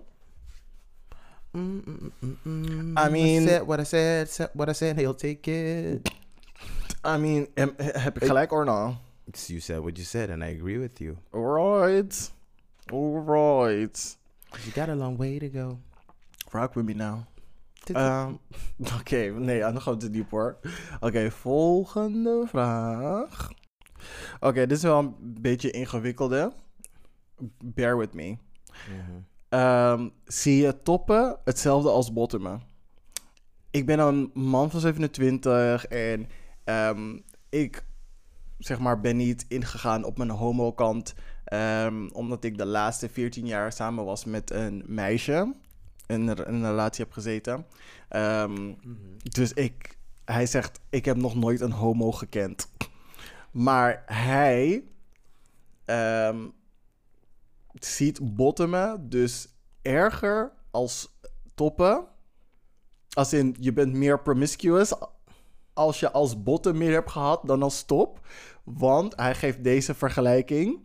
I mean...
What I said, he'll take it.
I mean, heb ik gelijk or no?
You said what you said and I agree with you.
Alright.
You got a long way to go.
Rock with me now. Oké, nee, dan gaan we te diep hoor. Oké, volgende vraag. Oké, dit is wel een beetje ingewikkelde. Bear with me. Zie je toppen hetzelfde als bottomen? Ik ben een man van 27 en ik zeg maar ben niet ingegaan op mijn homo-kant, omdat ik de laatste 14 jaar samen was met een meisje en in een relatie heb gezeten. Dus hij zegt, ik heb nog nooit een homo gekend. Maar hij ziet bottomen dus erger als toppen. Als in, je bent meer promiscuous als je als bottom meer hebt gehad dan als top. Want hij geeft deze vergelijking.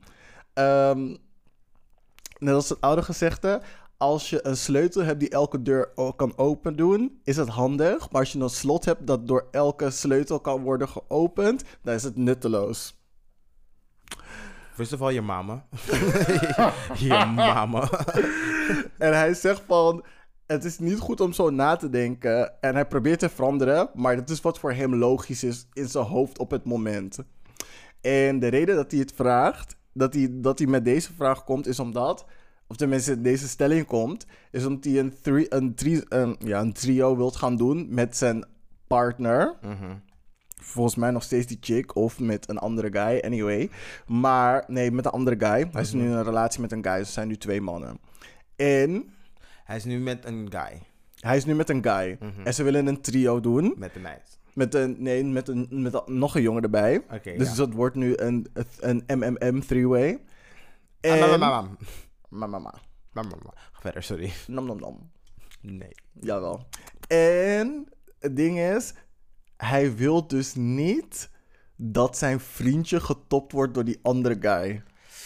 Net als het oude gezegde. Als je een sleutel hebt die elke deur kan open doen, is het handig. Maar als je een slot hebt dat door elke sleutel kan worden geopend, dan is het nutteloos.
First of all, je mama. Je mama.
En hij zegt van, het is niet goed om zo na te denken. En hij probeert te veranderen, maar dat is wat voor hem logisch is in zijn hoofd op het moment. En de reden dat hij het vraagt, dat hij met deze vraag komt, is omdat, of tenminste deze stelling komt, is omdat hij een trio wilt gaan doen met zijn partner. Volgens mij nog steeds die chick of met een andere guy, anyway. Maar nee, met een andere guy. Hij is nu in een relatie met een guy, dus er zijn nu 2 mannen. En
hij is nu met een guy.
En ze willen een trio doen.
Met een meid.
Met nog een jongen erbij.
Okay,
dus dat wordt nu een MMM three-way. En... Mama.
Ga verder, sorry.
Nom.
Nee.
Jawel. En het ding is, hij wil dus niet dat zijn vriendje getopt wordt door die andere guy.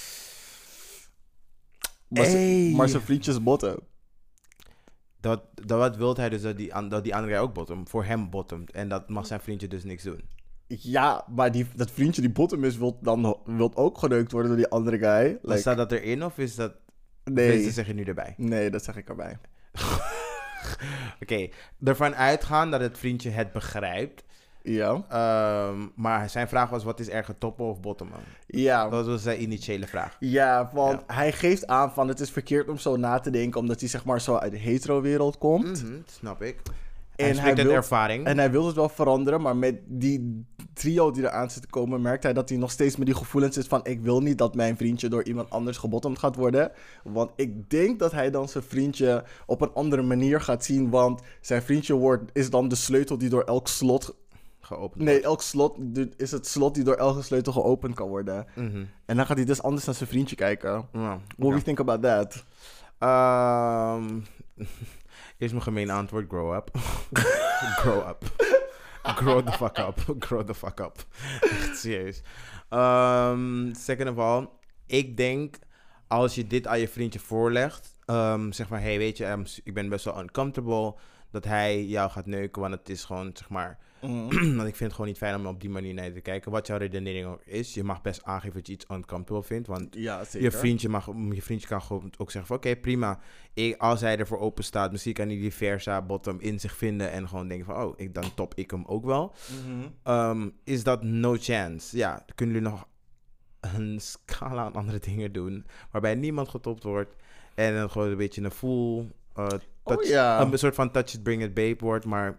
Maar zijn vriendje is bottom.
Wat wil hij dus dat die andere guy ook bottom, voor hem bottomt. En dat mag zijn vriendje dus niks doen.
Ja, maar dat vriendje die bottom is, wil ook geneukt worden door die andere guy.
Maar staat dat erin of is dat...
Nee.
Dat zeg je nu erbij?
Nee, dat zeg ik erbij.
Oké, ervan uitgaan dat het vriendje het begrijpt.
Ja.
Maar zijn vraag was, wat is erger, toppen of bottomen?
Ja.
Dat was zijn initiële vraag.
Ja, want hij geeft aan van het is verkeerd om zo na te denken, omdat hij zeg maar zo uit de hetero-wereld komt.
Snap ik.
En
Hij spreekt uit ervaring.
En hij wil het wel veranderen, maar met die trio die eraan zit te komen, merkt hij dat hij nog steeds met die gevoelens zit van ik wil niet dat mijn vriendje door iemand anders gebottomd gaat worden. Want ik denk dat hij dan zijn vriendje op een andere manier gaat zien, want zijn vriendje is dan de sleutel die door elk slot
geopend
Nee, elk slot is het slot die door elke sleutel geopend kan worden. En dan gaat hij dus anders naar zijn vriendje kijken. What do you think about that?
Eerst mijn gemeen antwoord, grow up. Grow up. Grow the fuck up. Grow the fuck up. Echt serieus. Second of all, ik denk als je dit aan je vriendje voorlegt, zeg maar, hey, weet je, ik ben best wel uncomfortable dat hij jou gaat neuken, want het is gewoon, zeg maar, want ik vind het gewoon niet fijn om op die manier naar je te kijken. Wat jouw redenering ook is, je mag best aangeven dat je iets uncomfortable vindt, want
ja, zeker.
Je vriendje kan gewoon ook zeggen van oké, prima. Als hij ervoor open staat, misschien kan hij die versa bottom in zich vinden en gewoon denken van dan top ik hem ook wel. Is dat no chance? Ja, dan kunnen jullie nog een scala aan andere dingen doen, waarbij niemand getopt wordt en dan gewoon een beetje een full een soort van touch it, bring it, babe wordt, maar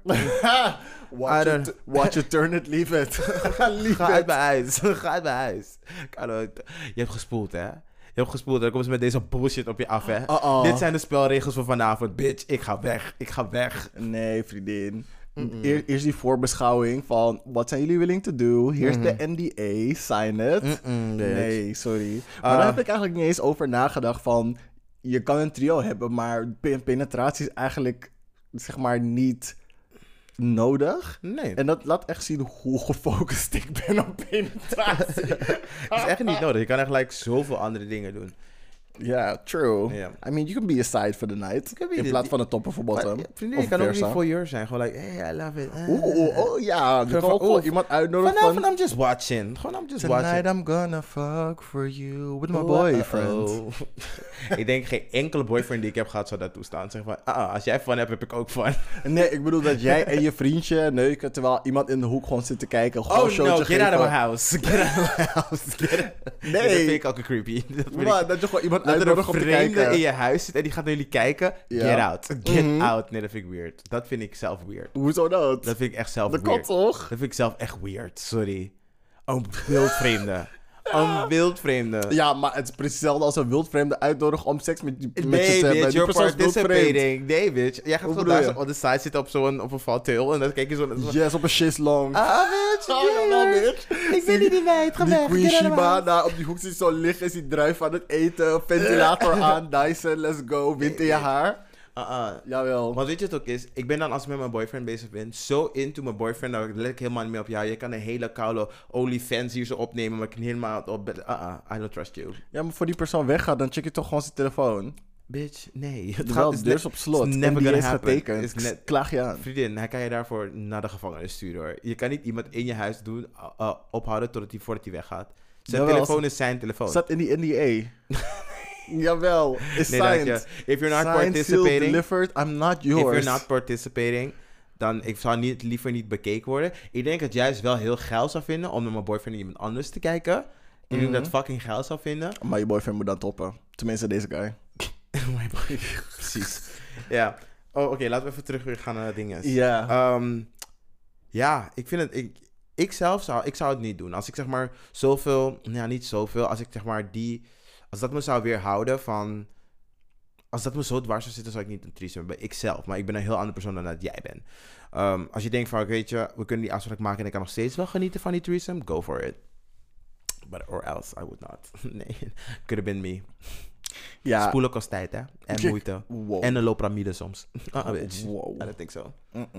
watch it, turn it, leave it.
Ga uit mijn huis. Ga uit mijn huis. Je hebt gespoeld, hè? Je hebt gespoeld. Dan komen ze met deze bullshit op je af, hè? Dit zijn de spelregels van vanavond. Bitch, ik ga weg. Ik ga weg.
Nee, vriendin. Eerst die voorbeschouwing van wat zijn jullie willing to do? Hier is de NDA, sign it. Nee, sorry. Maar daar heb ik eigenlijk niet eens over nagedacht van je kan een trio hebben, maar penetratie is eigenlijk, zeg maar, niet nodig.
Nee.
En dat laat echt zien hoe gefocust ik ben op penetratie.
Het is echt niet nodig. Je kan echt like zoveel andere dingen doen.
Ja, true. Yeah. I mean, you can be a side for the night. In plaats van een top of bottom.
Vriendin, je kan ook niet voyeur zijn. Gewoon like, hey, I love it.
Ja. Je kan ook gewoon iemand uitnodigen
vanavond I'm just watching. Gewoon I'm just watching.
Tonight I'm gonna fuck for you with my boyfriend.
Ik denk geen enkele boyfriend die ik heb gehad zou dat toestaan. Zeg maar, als jij fun hebt, heb ik ook fun.
Nee, ik bedoel dat jij en je vriendje neuken terwijl iemand in de hoek gewoon zit te kijken.
Get out of my house. Get out of my house. Nee. Dat vind ik ook creepy.
Dat je gewoon iemand
uitnodigt om te kijken. In je huis zit en die gaat naar jullie kijken. Get out. Get out. Nee, dat vind ik weird. Dat vind ik zelf weird.
Hoezo dat?
Dat vind ik echt zelf
weird.
Dat
kan toch?
Dat vind ik zelf echt weird. Sorry. Wildvreemde. Een wildvreemde.
Ja, maar het is precies hetzelfde als een wildvreemde uitnodigen om seks met je te
hebben.
Nee,
you're participating. Nee, bitch. Jij gaat gewoon daar op de side zitten op een valtail en dan kijk je zo...
Yes, op een shislong.
Bitch. Ik ben niet die meid. Ga weg.
Die Queen Sheba daar op die hoek zit zo liggen, is die druif aan het eten, ventilator aan, Dyson, let's go, wind in je haar. Jawel.
Want weet je het ook is? Ik ben dan, als ik met mijn boyfriend bezig ben, zo into mijn boyfriend, dat let ik helemaal niet meer op jou. Je kan een hele koude OnlyFans hier zo opnemen, maar ik kan helemaal op... I don't trust you.
Ja, maar voor die persoon weggaat, dan check je toch gewoon zijn telefoon.
Bitch, nee.
Het gaat dus op slot.
It's never gonna happen.
Klaag je aan.
Vriendin, hij kan je daarvoor naar de gevangenis sturen, hoor. Je kan niet iemand in je huis doen, ophouden voordat hij weggaat. Zijn telefoon is zijn telefoon.
Staat in die NDA. Jawel, is signed.
If you're not
signed,
participating,
delivered, I'm not yours.
If you're not participating, dan ik zou liever niet bekeken worden. Ik denk dat het juist wel heel geil zou vinden om naar mijn boyfriend en iemand anders te kijken. Ik denk dat fucking geil zou vinden.
Maar je boyfriend moet dan toppen. Tenminste, deze guy.
Precies. Ja. Oké, laten we even terug gaan naar dingen.
Ja.
Ja, ik vind het... Ik zou het niet doen. Als ik zeg maar zoveel... Nou, niet zoveel. Als ik zeg maar als dat me zou weerhouden van... Als dat me zo dwars zou zitten, zou ik niet een threesome hebben. Ikzelf. Maar ik ben een heel andere persoon dan dat jij bent. Als je denkt van, weet je, we kunnen die afspraak maken en ik kan nog steeds wel genieten van die threesome, go for it. Or else, I would not. Nee, could have been me. Ja. Spoelen kost tijd, hè? En moeite. Wow. En een lopramide soms. Bitch. Wow. I don't think so.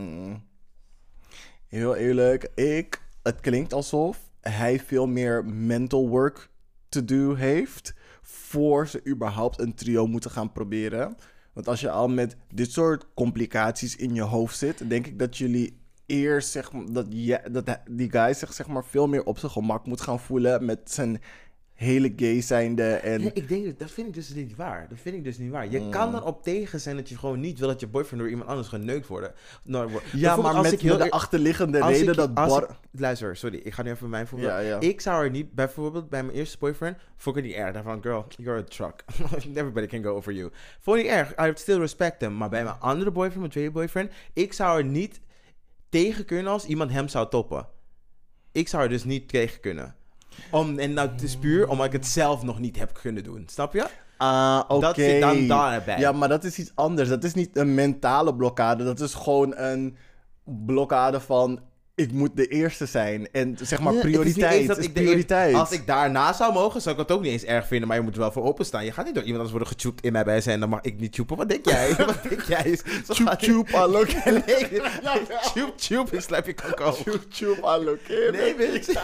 Heel eerlijk, het klinkt alsof hij veel meer mental work to do heeft voor ze überhaupt een trio moeten gaan proberen. Want als je al met dit soort complicaties in je hoofd zit, denk ik dat jullie eerst dat die guy zich zeg maar veel meer op zijn gemak moet gaan voelen met zijn hele gay zijnde en...
Nee, ik denk, dat vind ik dus niet waar. Je kan erop tegen zijn dat je gewoon niet wil dat je boyfriend door iemand anders geneukt wordt.
Ja, maar met de achterliggende reden dat...
Luister, sorry, ik ga nu even mijn voorbeeld.
Ja.
Ik zou er niet, bijvoorbeeld bij mijn eerste boyfriend, vond ik het niet erg. Daarvan, girl, you're a truck. Everybody can go over you. Vond ik niet erg. I would still respect hem. Maar bij mijn andere boyfriend, mijn tweede boyfriend, ik zou er niet tegen kunnen als iemand hem zou toppen. Ik zou er dus niet tegen kunnen. En nou, het is puur omdat ik het zelf nog niet heb kunnen doen. Snap je?
Oké.
Dat zit dan daarbij.
Ja, maar dat is iets anders. Dat is niet een mentale blokkade. Dat is gewoon een blokkade van... Ik moet de eerste zijn. En zeg maar, prioriteit is prioriteit.
Als ik daarna zou mogen, zou ik het ook niet eens erg vinden. Maar je moet er wel voor openstaan. Je gaat niet door iemand anders worden getjoept in mij bij zijn. Dan mag ik niet tjoepen. Wat denk jij? Wat denk jij?
Tjoep, hallo.
Nee, tjoep, ik slijp je kanko.
Tjoep, hallo.
Nee, bitch.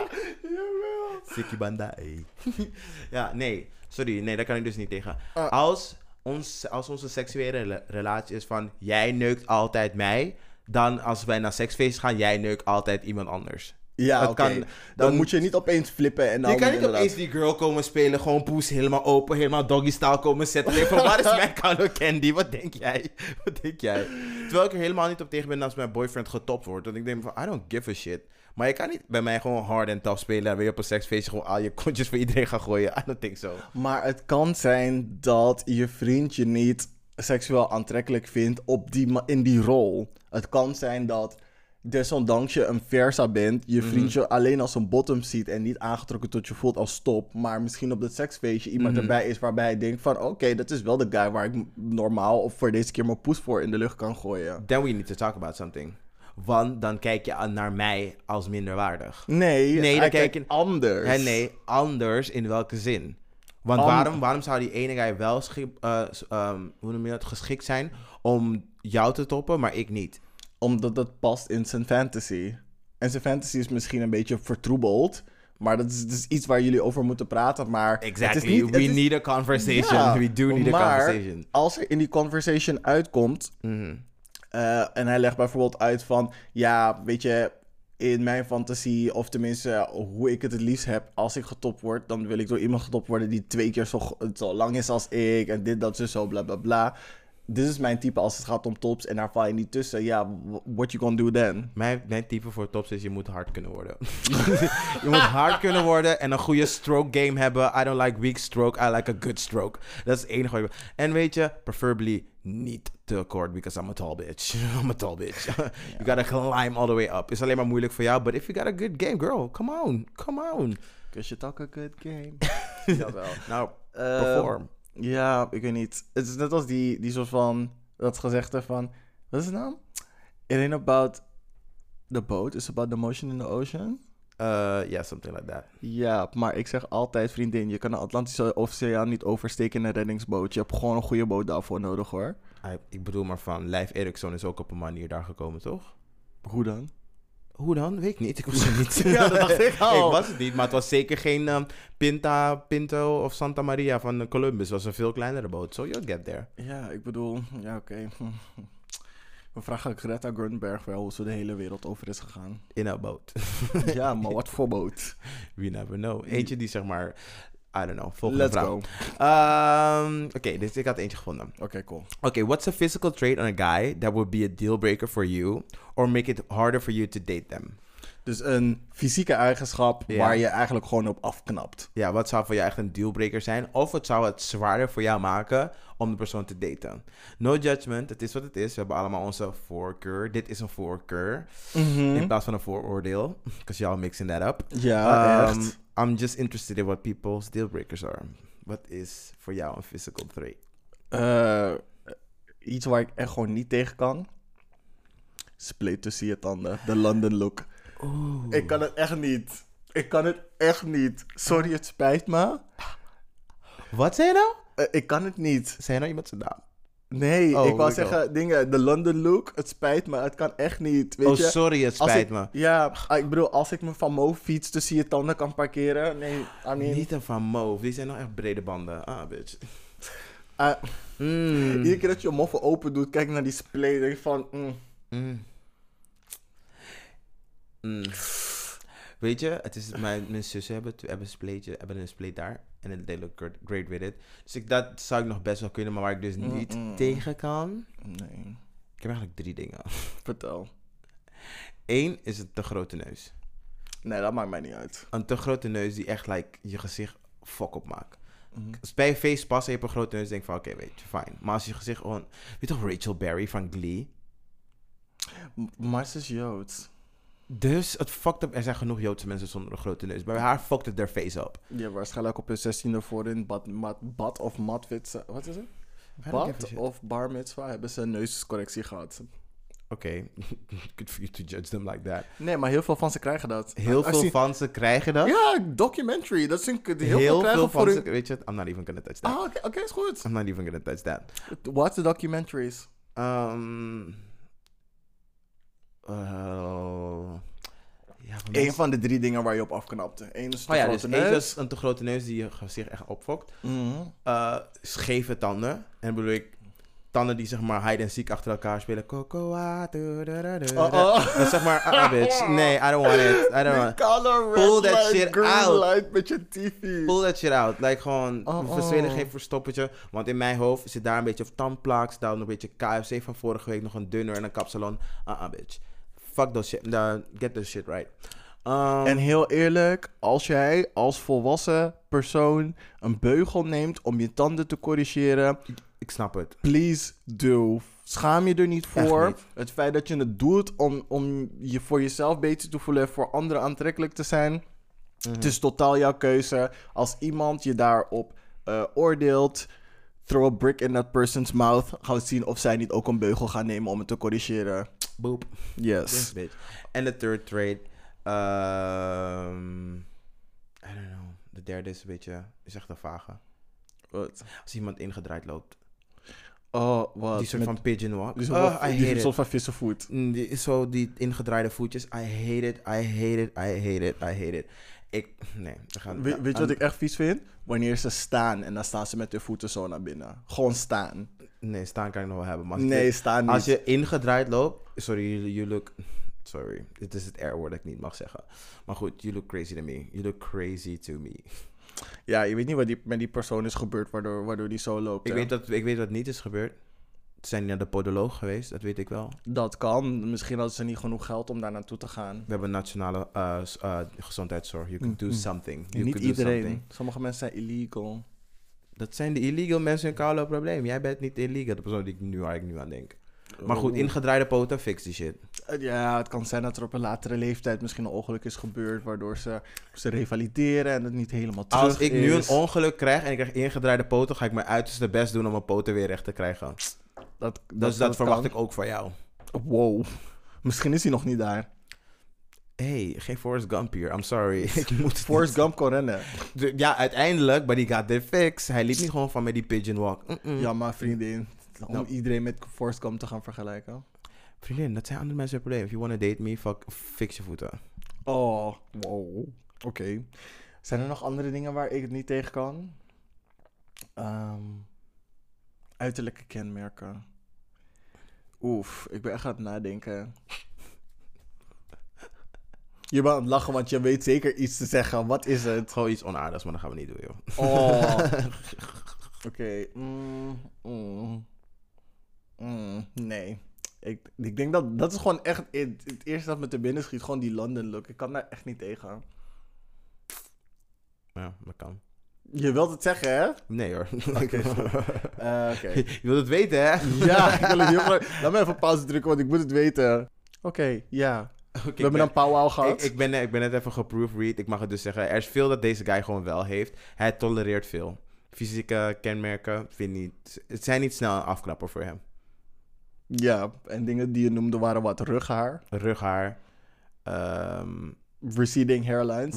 Sikkie bandai. Ja, nee. Sorry, nee, daar kan ik dus niet tegen. Als onze seksuele relatie is van... Jij neukt altijd mij... Dan als wij naar seksfeest gaan, jij neukt altijd iemand anders.
Ja, oké. Dan moet je niet opeens flippen en dan...
Je kan niet opeens die girl komen spelen, gewoon poes helemaal open, helemaal doggy-style komen zetten. Van, waar is mijn Carlo Candy? Wat denk jij? Terwijl ik er helemaal niet op tegen ben als mijn boyfriend getopt wordt. Want ik denk van, I don't give a shit. Maar je kan niet bij mij gewoon hard en tough spelen en weer op een seksfeestje gewoon al je kontjes voor iedereen gaan gooien. I don't think so.
Maar het kan zijn dat je vriend je niet seksueel aantrekkelijk vindt in die rol. Het kan zijn dat, desondanks je een versa bent, je vriend je alleen als een bottom ziet en niet aangetrokken tot je voelt als top, maar misschien op dat seksfeestje iemand erbij is waarbij hij denkt van, oké, dat is wel de guy waar ik normaal of voor deze keer mijn poes voor in de lucht kan gooien.
Then we need to talk about something. Want dan kijk je naar mij als minderwaardig.
Nee, dan kijk je anders.
Nee, anders in welke zin? Want waarom zou die ene guy wel geschikt zijn om jou te toppen, maar ik niet?
Omdat dat past in zijn fantasy. En zijn fantasy is misschien een beetje vertroebeld. Maar dat is iets waar jullie over moeten praten. Maar
exactly. We need a conversation. Ja, we do need a conversation.
Maar als er in die conversation uitkomt... en hij legt bijvoorbeeld uit van... Ja, weet je... In mijn fantasie, of tenminste hoe ik het liefst heb... Als ik getopt word, dan wil ik door iemand getopt worden... die 2 keer zo lang is als ik. En dit, dat, zo, bla, bla, bla. Dit is mijn type als het gaat om tops en daar val je niet tussen. Ja, what you gonna do then?
Mijn type voor tops is je moet hard kunnen worden. Je moet hard kunnen worden en een goede stroke game hebben. I don't like weak stroke, I like a good stroke. Dat is het enige wat ik wil. En weet je, preferably niet te kort, because I'm a tall bitch. You gotta climb all the way up. Is alleen maar moeilijk voor jou, but if you got a good game, girl, come on.
Because you talk a good game.
Jawel. Nou, perform.
Ja, ik weet niet. Het is net als die soort van... Dat gezegde van... Wat is het nou? It ain't about the boat. It's about the motion in the ocean.
Yeah, something like that.
Ja, maar ik zeg altijd, vriendin... Je kan de Atlantische Oceaan niet oversteken in een reddingsboot. Je hebt gewoon een goede boot daarvoor nodig, hoor.
Ik bedoel maar van... Lijf Eriksson is ook op een manier daar gekomen, toch?
Hoe dan?
Hoe dan? Weet ik niet. Ik was het niet.
Ja, dat dacht ik al.
Ik was het niet, maar het was zeker geen Pinto of Santa Maria van Columbus. Het was een veel kleinere boot. So you'll get there.
Ja, ik bedoel... Ja, oké. We vragen Greta Grunberg wel hoe ze de hele wereld over is gegaan.
In een boot.
Ja, maar wat voor boot?
We never know. Eentje die zeg maar... I don't know. Volgende
Let's
vraag. Oké, dus ik had eentje gevonden.
Oké, cool.
Oké, what's a physical trait on a guy that would be a deal breaker for you or make it harder for you to date them?
Dus een fysieke eigenschap waar je eigenlijk gewoon op afknapt.
Ja, wat zou voor jou echt een dealbreaker zijn? Of het zou het zwaarder voor jou maken om de persoon te daten. No judgment, het is wat het is. We hebben allemaal onze voorkeur. Dit is een voorkeur. In plaats van een vooroordeel. Because y'all mixing that up.
Ja, echt.
I'm just interested in what people's dealbreakers are. Wat is voor jou een physical trait?
Iets waar ik echt gewoon niet tegen kan. Split tussen je tanden. De London look.
Oeh.
Ik kan het echt niet. Sorry, het spijt me.
Wat zei je nou?
Ik kan het niet.
Zei je nou iemand zijn naam?
Nee, ik wou zeggen dingen. De London look, het spijt me. Het kan echt niet. Weet je?
Sorry, het spijt me.
Ja, ik bedoel, als ik me van Mo fiets tussen je tanden kan parkeren. Nee, I mean...
Niet een van Mo. Die zijn nog echt brede banden. Ah, bitch.
Iedere keer dat je je moffen open doet, kijk naar die split en denk van...
Weet je, het is mijn zussen hebben een spleet daar. En they look great with it. Dus dat zou ik nog best wel kunnen, maar waar ik dus niet tegen kan.
Nee.
Ik heb eigenlijk 3 dingen.
Vertel.
1 is een te grote neus.
Nee, dat maakt mij niet uit.
Een te grote neus die echt je gezicht fuck op maakt. Als bij je face passen en je hebt een grote neus, denk ik van oké, weet je, fijn. Maar als je gezicht gewoon... Weet je toch Rachel Berry van Glee?
Maar ze is Joods.
Dus het fucked up. Er zijn genoeg Joodse mensen zonder een grote neus. Bij haar fucked het their face up.
Ja, waarschijnlijk op hun 16e voorin bad of matwitse. Wat is het? Bad of bar mitzvah hebben ze een neuscorrectie gehad.
Oké, good for you to judge them like that.
Nee, maar heel veel van ze krijgen dat.
Heel veel van ze krijgen dat?
Ja, documentary. Dat vind ik heel veel
veel van ze.
hun...
Weet je, I'm not even gonna touch that.
Ah, oké, is goed.
I'm not even gonna touch that.
What's the documentaries?
Ja,
Eén van de 3 dingen waar je op afknapte. Eén is de grote
dus
neus.
is een te grote neus die je gezicht echt opfokt.
Mhm.
Scheve tanden. En bedoel ik, tanden die zeg maar hide en seek achter elkaar spelen. Cocoa. Dat zeg maar, bitch. Nee, I don't want it. I don't want
Color,
pull
red
that
light,
shit
green
out.
light met je TV.
Pull that shit out. Like gewoon, we spelen geen verstoppertje. Want in mijn hoofd zit daar een beetje tandplaaks. Daar nog een beetje KFC van vorige week. Nog een dunner en een kapsalon. Bitch. Fuck those shit. Get this shit right.
En heel eerlijk, als jij als volwassen persoon een beugel neemt om je tanden te corrigeren,
Ik snap het.
please do. Schaam je er niet voor.
Echt niet.
Het feit dat je het doet om je voor jezelf beter te voelen en voor anderen aantrekkelijk te zijn, het is totaal jouw keuze. Als iemand je daarop oordeelt, throw a brick in that person's mouth. Gaan we zien of zij niet ook een beugel gaan nemen om het te corrigeren.
Boop.
Yes.
Yes, bitch. En de third trait. I don't know. De derde is een beetje... Is echt een vage.
Wat?
Als iemand ingedraaid loopt.
Oh, wat?
Die soort van pigeon walk.
Die
I hate it.
soort van vissenvoet.
Die ingedraaide voetjes. I hate it. I hate it. I hate it. I hate it. Nee.
Weet je wat ik echt vies vind? Wanneer ze staan en dan staan ze met hun voeten zo naar binnen. Gewoon staan.
Nee, staan kan ik nog wel hebben. Maar
Staan niet.
Als je ingedraaid loopt... Sorry, you look... Sorry, dit is het R-woord dat ik niet mag zeggen. Maar goed, you look crazy to me. You look crazy to me.
Ja, je weet niet wat met die persoon is gebeurd waardoor die zo loopt.
Ik weet wat niet is gebeurd. Ze zijn naar de podoloog geweest, dat weet ik wel.
Dat kan. Misschien hadden ze niet genoeg geld om daar naartoe te gaan.
We hebben nationale gezondheidszorg. You can do something.
Niet iedereen. Sommige mensen zijn illegal.
Dat zijn de illegal mensen een koude probleem. Jij bent niet illegal, de persoon waar ik nu aan denk. Maar goed, ingedraaide poten, fix die shit.
Ja, het kan zijn dat er op een latere leeftijd misschien een ongeluk is gebeurd, waardoor ze revalideren en het niet helemaal terug is.
Als ik nu een ongeluk krijg en ik krijg ingedraaide poten, ga ik mijn uiterste best doen om mijn poten weer recht te krijgen. Dat verwacht ik ook van jou.
Wow. Misschien is hij nog niet daar.
Hey, geen Forrest Gump hier. I'm sorry. Ik moet
Forrest Gump kon rennen.
Ja, uiteindelijk, but he got the fix. Hij liep niet gewoon van met die pigeon walk.
Ja, maar vriendin, om iedereen met Forrest Gump te gaan vergelijken.
Vriendin, dat zijn andere mensen het probleem. If you want to date me, fix je voeten.
Oh, wow. Oké. Zijn er nog andere dingen waar ik het niet tegen kan? Uiterlijke kenmerken. Oef, ik ben echt aan het nadenken. Je bent aan het lachen, want je weet zeker iets te zeggen. Wat is het?
Gewoon iets onaardigs, maar dat gaan we niet doen, joh.
Oh. Oké. Nee. Ik denk dat is gewoon echt het eerste dat me te binnen schiet. Gewoon die London look. Ik kan daar echt niet tegen.
Ja, dat kan.
Je wilt het zeggen, hè?
Nee hoor.
Oké.
Je wilt het weten, hè?
Ja, ik wil het heel graag. Laat me even pauze drukken, want ik moet het weten. Oké, ja. We hebben een powwow gehad.
Ik ben net even geproofread. Ik mag het dus zeggen. Er is veel dat deze guy gewoon wel heeft. Hij tolereert veel. Fysieke kenmerken, het zijn niet snel een afknapper voor hem.
Ja, en dingen die je noemde waren wat?
Rughaar.
Receding hairlines.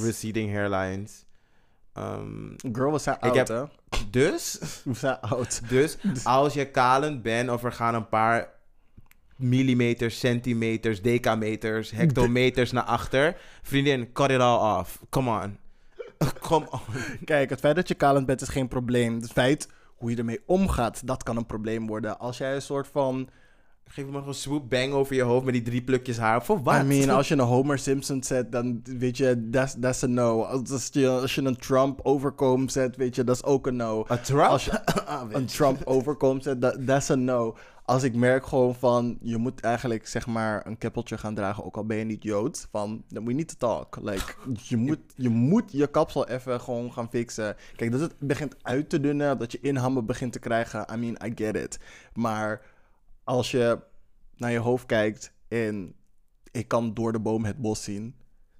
Girl, we zijn oud, hè?
Dus?
We zijn oud.
Dus als je kalend bent of er gaan een paar millimeters, centimeters, decameters, hectometers naar achter. Vriendin, cut it all off. Come on. Come on.
Kijk, het feit dat je kalend bent is geen probleem. Het feit hoe je ermee omgaat, dat kan een probleem worden. Als jij een soort van
Geef me gewoon swoop bang over je hoofd met die 3 plukjes haar. Voor wat?
I mean, als je een Homer Simpson zet, dan weet je, that's a no. Als je een Trump overkomt zet, weet je, dat is ook een no.
Een Trump?
Als je een Trump overkomt zet, that's a no. Als ik merk gewoon van, je moet eigenlijk zeg maar een keppeltje gaan dragen, ook al ben je niet Joods, van, then we need to talk. Like, je moet je kapsel even gewoon gaan fixen. Kijk, dat het begint uit te dunnen, dat je inhammen begint te krijgen, I mean, I get it. Maar als je naar je hoofd kijkt en ik kan door de boom het bos zien.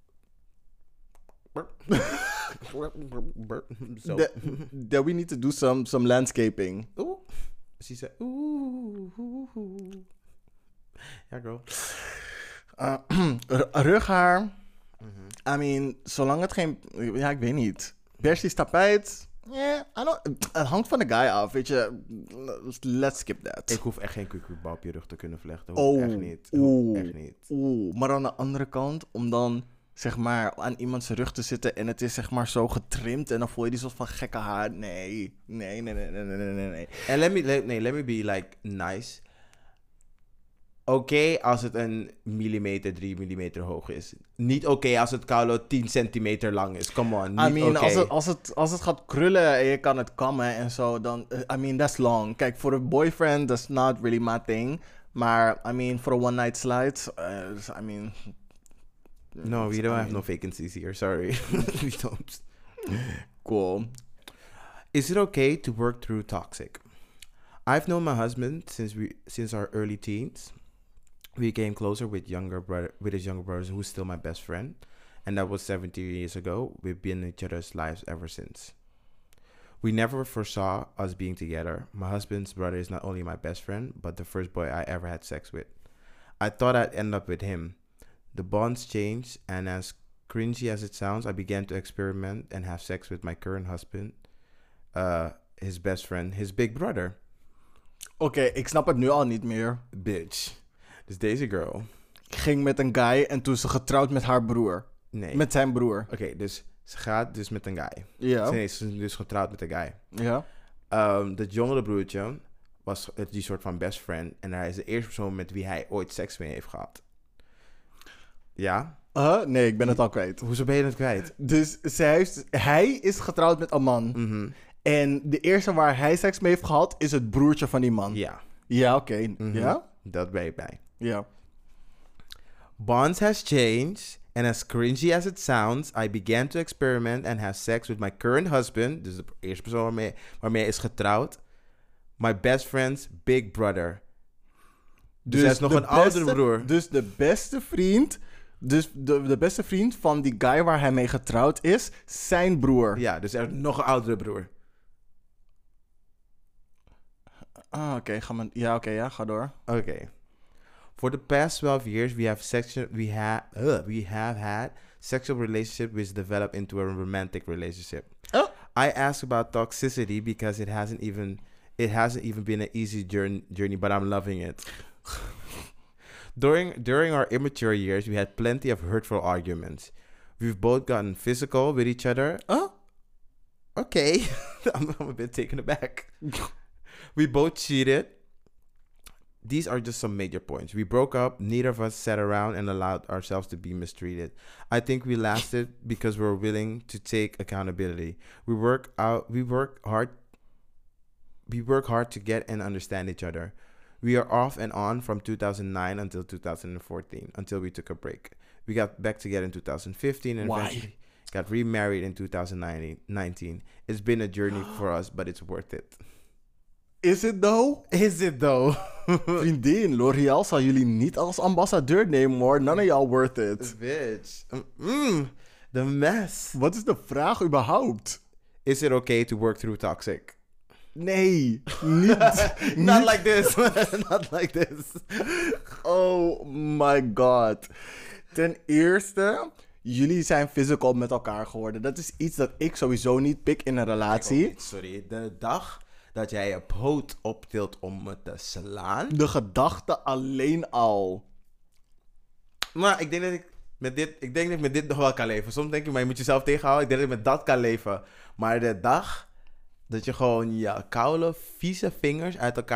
Zo.
That we need to do some landscaping.
Oeh. She said, oeh. Ja, girl.
Rughaar. I mean, zolang het geen... Ja, ik weet niet. Persisch tapijt. Yeah, het hangt van de guy af, weet je. Let's skip that.
Ik hoef echt geen kukuba op je rug te kunnen vlechten. Echt niet. Echt niet.
Maar aan de andere kant, om dan zeg maar aan iemand zijn rug te zitten en het is zeg maar zo getrimd en dan voel je die soort van gekke haar. Nee.
En let me be like nice. Oké als het een millimeter, 3 millimeter hoog is. Niet oké als het koude 10 centimeter lang is. Come on.
I mean,
okay.
als het gaat krullen en je kan het kammen en zo, dan... I mean, that's long. Kijk, voor een boyfriend, that's not really my thing. Maar, I mean, voor een one night slide, I mean...
No, we don't have no vacancies here. Sorry. We don't.
Cool.
Is it okay to work through toxic? I've known my husband since our early teens. We came closer with his younger brother, who's still my best friend, and that was 17 years ago. We've been in each other's lives ever since. We never foresaw us being together. My husband's brother is not only my best friend, but the first boy I ever had sex with. I thought I'd end up with him. The bonds changed, and as cringy as it sounds, I began to experiment and have sex with my current husband, his best friend, his big brother.
Oké, ik snap het nu al niet meer.
Bitch. Dus deze girl
ging met een guy en toen ze getrouwd met haar broer.
Nee.
Met zijn broer.
Oké, dus ze gaat dus met een guy.
Ja.
Nee, ze is dus getrouwd met een guy.
Ja.
Dat jongere broertje was die soort van best friend. En hij is de eerste persoon met wie hij ooit seks mee heeft gehad. Ja?
Nee, ik ben het al kwijt.
Hoezo ben je het kwijt?
Dus hij is getrouwd met een man.
Mm-hmm.
En de eerste waar hij seks mee heeft gehad is het broertje van die man.
Ja.
Ja, oké.
Mm-hmm.
Ja?
Dat ben je bij.
Ja.
Bonds has changed. And as cringy as it sounds, I began to experiment and have sex with my current husband. Dus de eerste persoon waarmee hij is getrouwd. My best friend's big brother. Dus hij is nog een oudere broer.
Dus de beste vriend... Dus de beste vriend van die guy waar hij mee getrouwd is, zijn broer.
Ja, dus er is nog een oudere broer.
Oké, ga door.
Okay. For the past 12 years, we have had sexual relationship which developed into a romantic relationship.
Oh.
I ask about toxicity because it hasn't even been an easy journey, but I'm loving it. During our immature years, we had plenty of hurtful arguments. We've both gotten physical with each other.
Oh?
Okay. I'm a bit taken aback. We both cheated. These are just some major points. We broke up. Neither of us sat around and allowed ourselves to be mistreated. I think we lasted because we were willing to take accountability. We work hard to get and understand each other. We are off and on from 2009 until 2014, until we took a break. We got back together in 2015 and eventually got remarried in 2019. It's been a journey for us, but it's worth it.
Is it though?
Is it though?
Vriendin, L'Oreal zal jullie niet als ambassadeur nemen hoor. None of y'all worth it.
Bitch. The mess.
Wat is de vraag überhaupt?
Is it okay to work through toxic?
Nee, niet.
Not like this. Not like this.
Oh my god. Ten eerste, jullie zijn physical met elkaar geworden. Dat is iets dat ik sowieso niet pik in een relatie.
Sorry, de dag dat jij je poot optilt om me te slaan.
De gedachte alleen al.
Maar ik denk dat ik met dit nog wel kan leven. Soms denk je, maar je moet jezelf tegenhouden. Ik denk dat ik met dat kan leven. Maar de dag dat je gewoon je koude, vieze vingers uit elkaar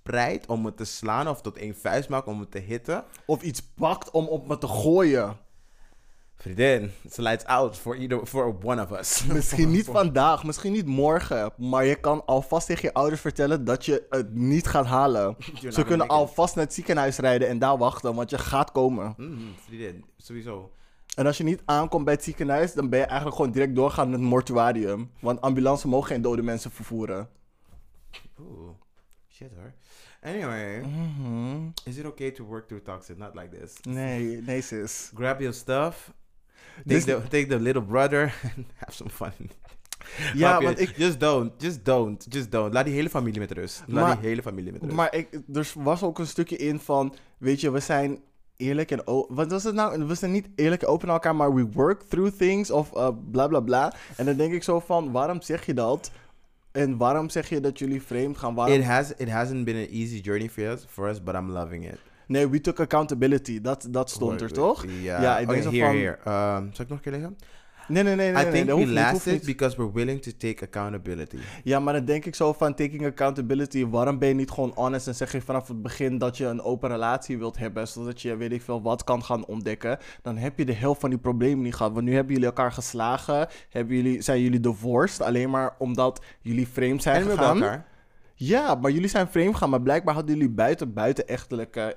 spreidt om me te slaan of tot één vuist maakt om me te hitten.
Of iets pakt om op me te gooien.
Vriendin, it's lights out for one of us.
Misschien niet vandaag, misschien niet morgen. Maar je kan alvast tegen je ouders vertellen dat je het niet gaat halen. Ze kunnen alvast naar het ziekenhuis rijden en daar wachten, want je gaat komen.
Vriendin, sowieso.
En als je niet aankomt bij het ziekenhuis, dan ben je eigenlijk gewoon direct doorgaan naar het mortuarium. Want ambulances mogen geen dode mensen vervoeren.
Oeh, shit hoor. Anyway, is it okay to work through toxic? Not like this.
Nee sis.
Grab your stuff.
Dus-
Take the little brother and have some fun.
Ja, want ik...
Just don't. Laat die hele familie met rust.
Maar er was ook een stukje in van, weet je, we zijn eerlijk en open. Wat was het nou? We zijn niet eerlijk en open naar elkaar, maar we work through things of bla bla bla. En dan denk ik zo van, waarom zeg je dat? En waarom zeg je dat jullie vreemd gaan? Waarom...
It hasn't been an easy journey for us, but I'm loving it.
Nee, we took accountability. Dat stond er, toch?
Ja,
ik denk zo
here. Zal ik nog een keer lezen?
Nee.
I think
dat
we
hoeft
lasted
niet.
because we're willing to take accountability.
Ja, maar dan denk ik zo van taking accountability. Waarom ben je niet gewoon honest en zeg je vanaf het begin dat je een open relatie wilt hebben, zodat je weet ik veel wat kan gaan ontdekken. Dan heb je de helft van die problemen niet gehad. Want nu hebben jullie elkaar geslagen, zijn jullie divorced, alleen maar omdat jullie vreemd zijn
En we
gegaan.
bij elkaar.
Ja, maar jullie zijn vreemd gegaan, maar blijkbaar hadden jullie buitenechtelijke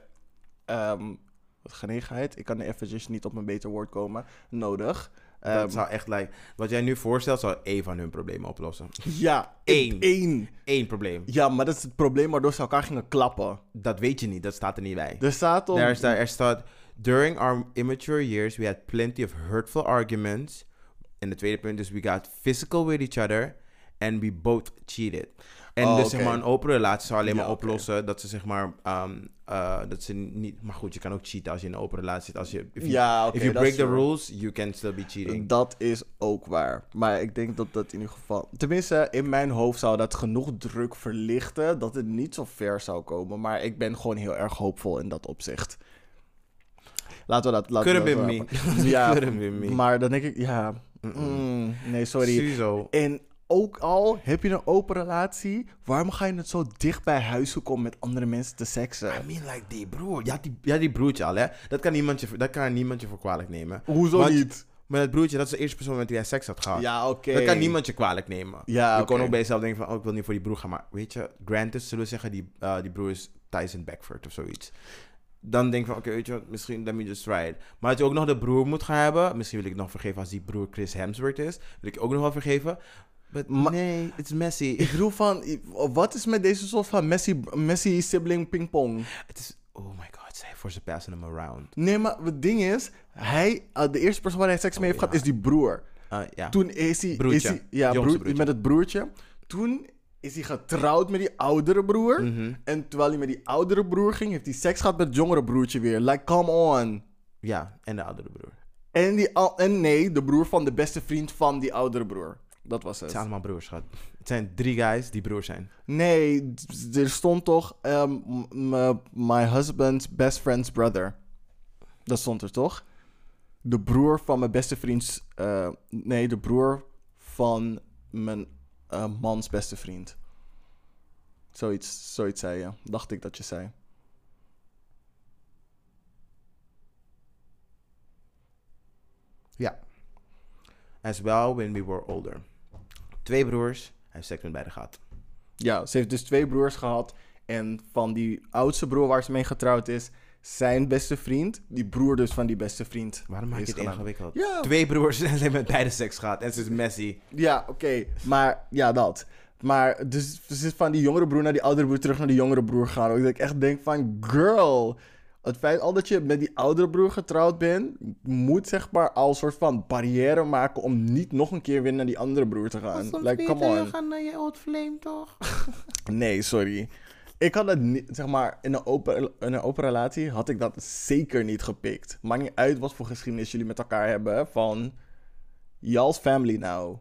genegenheid. Ik kan eventjes niet op een beter woord komen. Nodig.
Dat zou echt wat jij nu voorstelt, zou één van hun problemen oplossen.
Ja,
Eén probleem.
Ja, maar dat is het probleem waardoor ze elkaar gingen klappen.
Dat weet je niet, dat staat er niet bij.
Er staat op...
Er staat, during our immature years, we had plenty of hurtful arguments. En de tweede punt is, we got physical with each other. And we both cheated. En dus zeg maar, een open relatie zou alleen maar oplossen dat ze zeg maar, dat ze niet... Maar goed, je kan ook cheaten als je in een open relatie zit. Als je, if you break the rules, you can still be cheating.
Dat is ook waar. Maar ik denk dat dat in ieder geval... Tenminste, in mijn hoofd zou dat genoeg druk verlichten dat het niet zo ver zou komen. Maar ik ben gewoon heel erg hoopvol in dat opzicht. Laten we dat...
Could have been me.
Ja,
Could have been me.
Maar dan denk ik, ja... nee, sorry.
Sowieso.
En ook al heb je een open relatie, waarom ga je het zo dicht bij huis zoeken om met andere mensen te seksen?
I mean, like die broer. Ja, die broertje al, hè. Dat kan niemand je voor kwalijk nemen.
Hoezo niet?
Maar dat broertje, dat is de eerste persoon met wie hij seks had gehad.
Ja, oké.
Dat kan niemand je kwalijk nemen.
Ja,
je kon ook bij jezelf denken van, ik wil niet voor die broer gaan. Maar weet je, granted, zullen we zeggen, die broer is Tyson Beckford of zoiets. Dan denk ik van, oké, weet je wat, misschien let me just try it. Maar dat je ook nog de broer moet gaan hebben. Misschien wil ik nog vergeven als die broer Chris Hemsworth is. Wil ik ook nog wel vergeven. Nee, it's messy.
Ik bedoel van, wat is met deze soort van messy sibling pingpong?
Het is, oh my god, zij voor ze passing hem around.
Nee, maar het ding is, de eerste persoon waar hij seks mee heeft gehad is die broer.
Ja.
Toen is hij...
Broertje.
Broertje. Met het broertje. Toen is hij getrouwd met die oudere broer.
Mm-hmm.
En terwijl hij met die oudere broer ging, heeft hij seks gehad met het jongere broertje weer. Like, come on.
Ja, en de oudere broer.
En nee, de broer van de beste vriend van die oudere broer. Dat was het.
Het zijn allemaal broers, schat. Het zijn 3 guys die broers zijn.
Nee, er stond toch my husband's best friend's brother. Dat stond er toch? De broer van mijn beste vriends... de broer van mijn mans beste vriend. Zoiets zei je. Dacht ik dat je zei.
Ja. As well when we were older. 2 broers. Hij heeft seks met beide gehad.
Ja, ze heeft dus 2 broers gehad. En van die oudste broer waar ze mee getrouwd is, zijn beste vriend, die broer dus van die beste vriend.
Waarom maak je het ingewikkeld?
Ja.
2 broers en ze hebben met beide seks gehad. En ze is messy.
Ja, oké. Maar ja, dat. Maar dus ze is van die jongere broer naar die oudere broer terug naar die jongere broer gaan. Dat ik echt denk van, girl... Het feit al dat je met die oudere broer getrouwd bent, moet zeg maar al een soort van barrière maken om niet nog een keer weer naar die andere broer te gaan. Like, come on.
gaan naar je old flame, toch?
Nee, sorry. Ik had het niet, zeg maar, in een open relatie had ik dat zeker niet gepikt. Maakt niet uit wat voor geschiedenis jullie met elkaar hebben van, y'all's family now.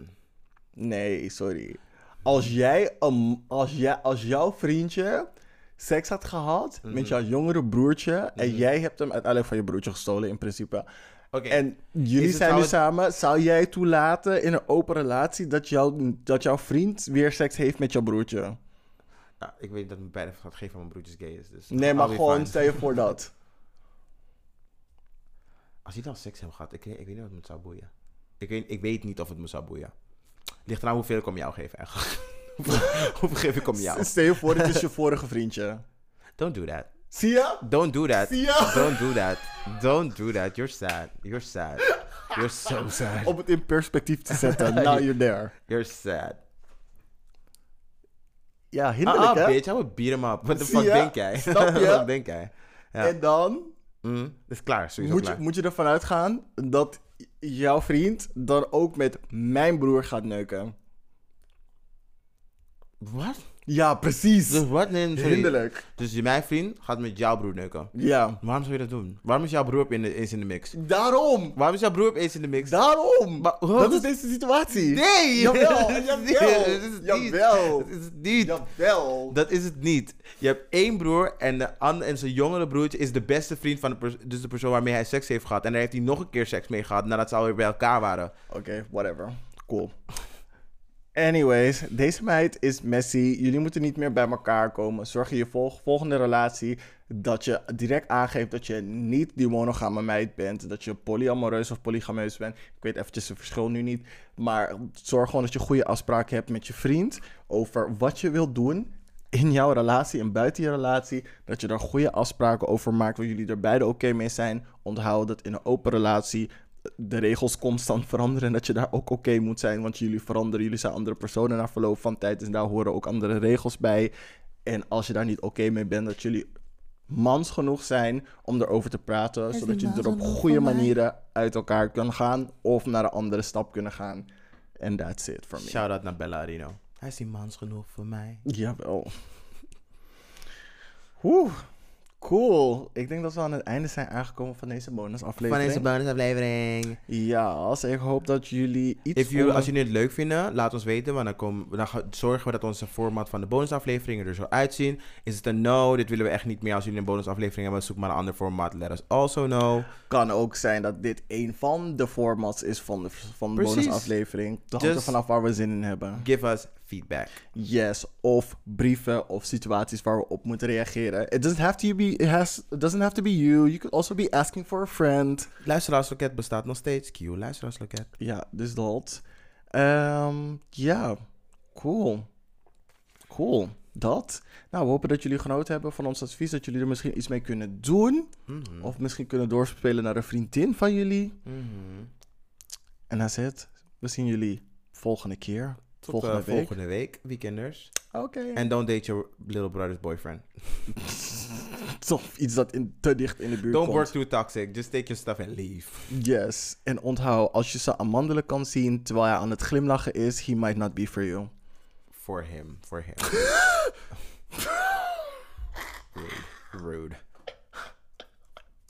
Nee, sorry. Als jouw vriendje seks had gehad met jouw jongere broertje en jij hebt hem uiteindelijk van je broertje gestolen in principe.
Oké.
En jullie zijn nu samen. Zou jij toelaten in een open relatie dat jouw vriend weer seks heeft met jouw broertje?
Nou, ik weet dat mijn beide gaat geven van mijn broertje gay is. Dus
Nee, maar
I'll be
gewoon
fine.
stel je voor dat.
Als hij dan seks heeft gehad, ik weet niet of het me zou boeien. Ik weet niet of het me zou boeien. Ligt eraan hoeveel ik om jou geef eigenlijk. Hoeveel geef ik om jou?
Stel je voor, dit is je vorige vriendje.
Don't do that.
Zie je?
Don't do that.
Zie je?
Don't do that. Don't do that. You're sad. You're sad. You're so sad.
Om het in perspectief te zetten. Now you're there.
You're sad.
Ja, hinderlijk hè?
Bitch, I would beat him up. Wat de
Zie
fuck
je?
denk jij?
Snap
Wat
je?
de fuck denk jij? Ja.
En dan
Dat is klaar, sowieso klaar.
moet je ervan uitgaan dat jouw vriend dan ook met mijn broer gaat neuken.
Wat?
Ja, precies.
Dus wat? Nee, sorry.
Hinderlijk.
Dus mijn vriend gaat met jouw broer neuken.
Ja.
Waarom zou je dat doen? Waarom is jouw broer eens in de mix?
Daarom.
Waarom is jouw broer eens in de mix?
Daarom.
Maar-
Dat is deze situatie.
Nee!
Jawel.
Dat is
Jawel.
niet. Dat is het niet.
Jawel.
Dat is het niet.
Jawel.
Dat is het niet. Je hebt één broer en zijn jongere broertje is de beste vriend van dus de persoon waarmee hij seks heeft gehad. En daar heeft hij nog een keer seks mee gehad nadat ze alweer bij elkaar waren.
Oké, whatever. Cool. Anyways, deze meid is messy. Jullie moeten niet meer bij elkaar komen. Zorg in je volgende relatie dat je direct aangeeft dat je niet die monogame meid bent. Dat je polyamoreus of polygameus bent. Ik weet eventjes het verschil nu niet. Maar zorg gewoon dat je goede afspraken hebt met je vriend over wat je wilt doen in jouw relatie en buiten je relatie. Dat je daar goede afspraken over maakt waar jullie er beide oké mee zijn. Onthoud dat in een open relatie de regels constant veranderen en dat je daar ook oké moet zijn, want jullie veranderen, jullie zijn andere personen na verloop van tijd, dus daar horen ook andere regels bij. En als je daar niet oké mee bent, dat jullie mans genoeg zijn om erover te praten, zodat je er op goede manieren uit elkaar kan gaan of naar een andere stap kunnen gaan. And that's it for me.
Shout-out naar Bella Arino. Hij is die mans genoeg voor mij.
Jawel. Oeh, cool. Ik denk dat we aan het einde zijn aangekomen van deze bonusaflevering.
Van deze bonusaflevering.
Ja, dus ik hoop dat jullie iets vonden.
Als jullie het leuk vinden, laat ons weten. Want dan zorgen we dat onze format van de bonusafleveringen er zo uitzien. Is het een no? Dit willen we echt niet meer. Als jullie een bonusaflevering hebben, zoek maar een ander format. Let us also know.
Kan ook zijn dat dit een van de formats is van de
Precies.
bonusaflevering. Dat hangt er
Just
vanaf waar we zin in hebben.
Give us feedback.
Yes, of brieven of situaties waar we op moeten reageren. It doesn't have to be you. You could also be asking for a friend.
Luisteraarsloket bestaat nog steeds. Q, luisteraarsloket.
Ja, dus dat. Ja, cool. Cool. Dat. Nou, we hopen dat jullie genoten hebben van ons advies. Dat jullie er misschien iets mee kunnen doen. Of misschien kunnen doorspelen naar een vriendin van jullie. En that's it. We zien jullie volgende keer.
Tot volgende week, weekenders.
Oké.
And don't date your little brother's boyfriend.
Toch iets dat te dicht in de buurt
Don't
komt.
work too toxic. Just take your stuff and leave.
Yes. En onthoud, als je zijn amandelen kan zien terwijl hij aan het glimlachen is, he might not be for you.
For him. Rude.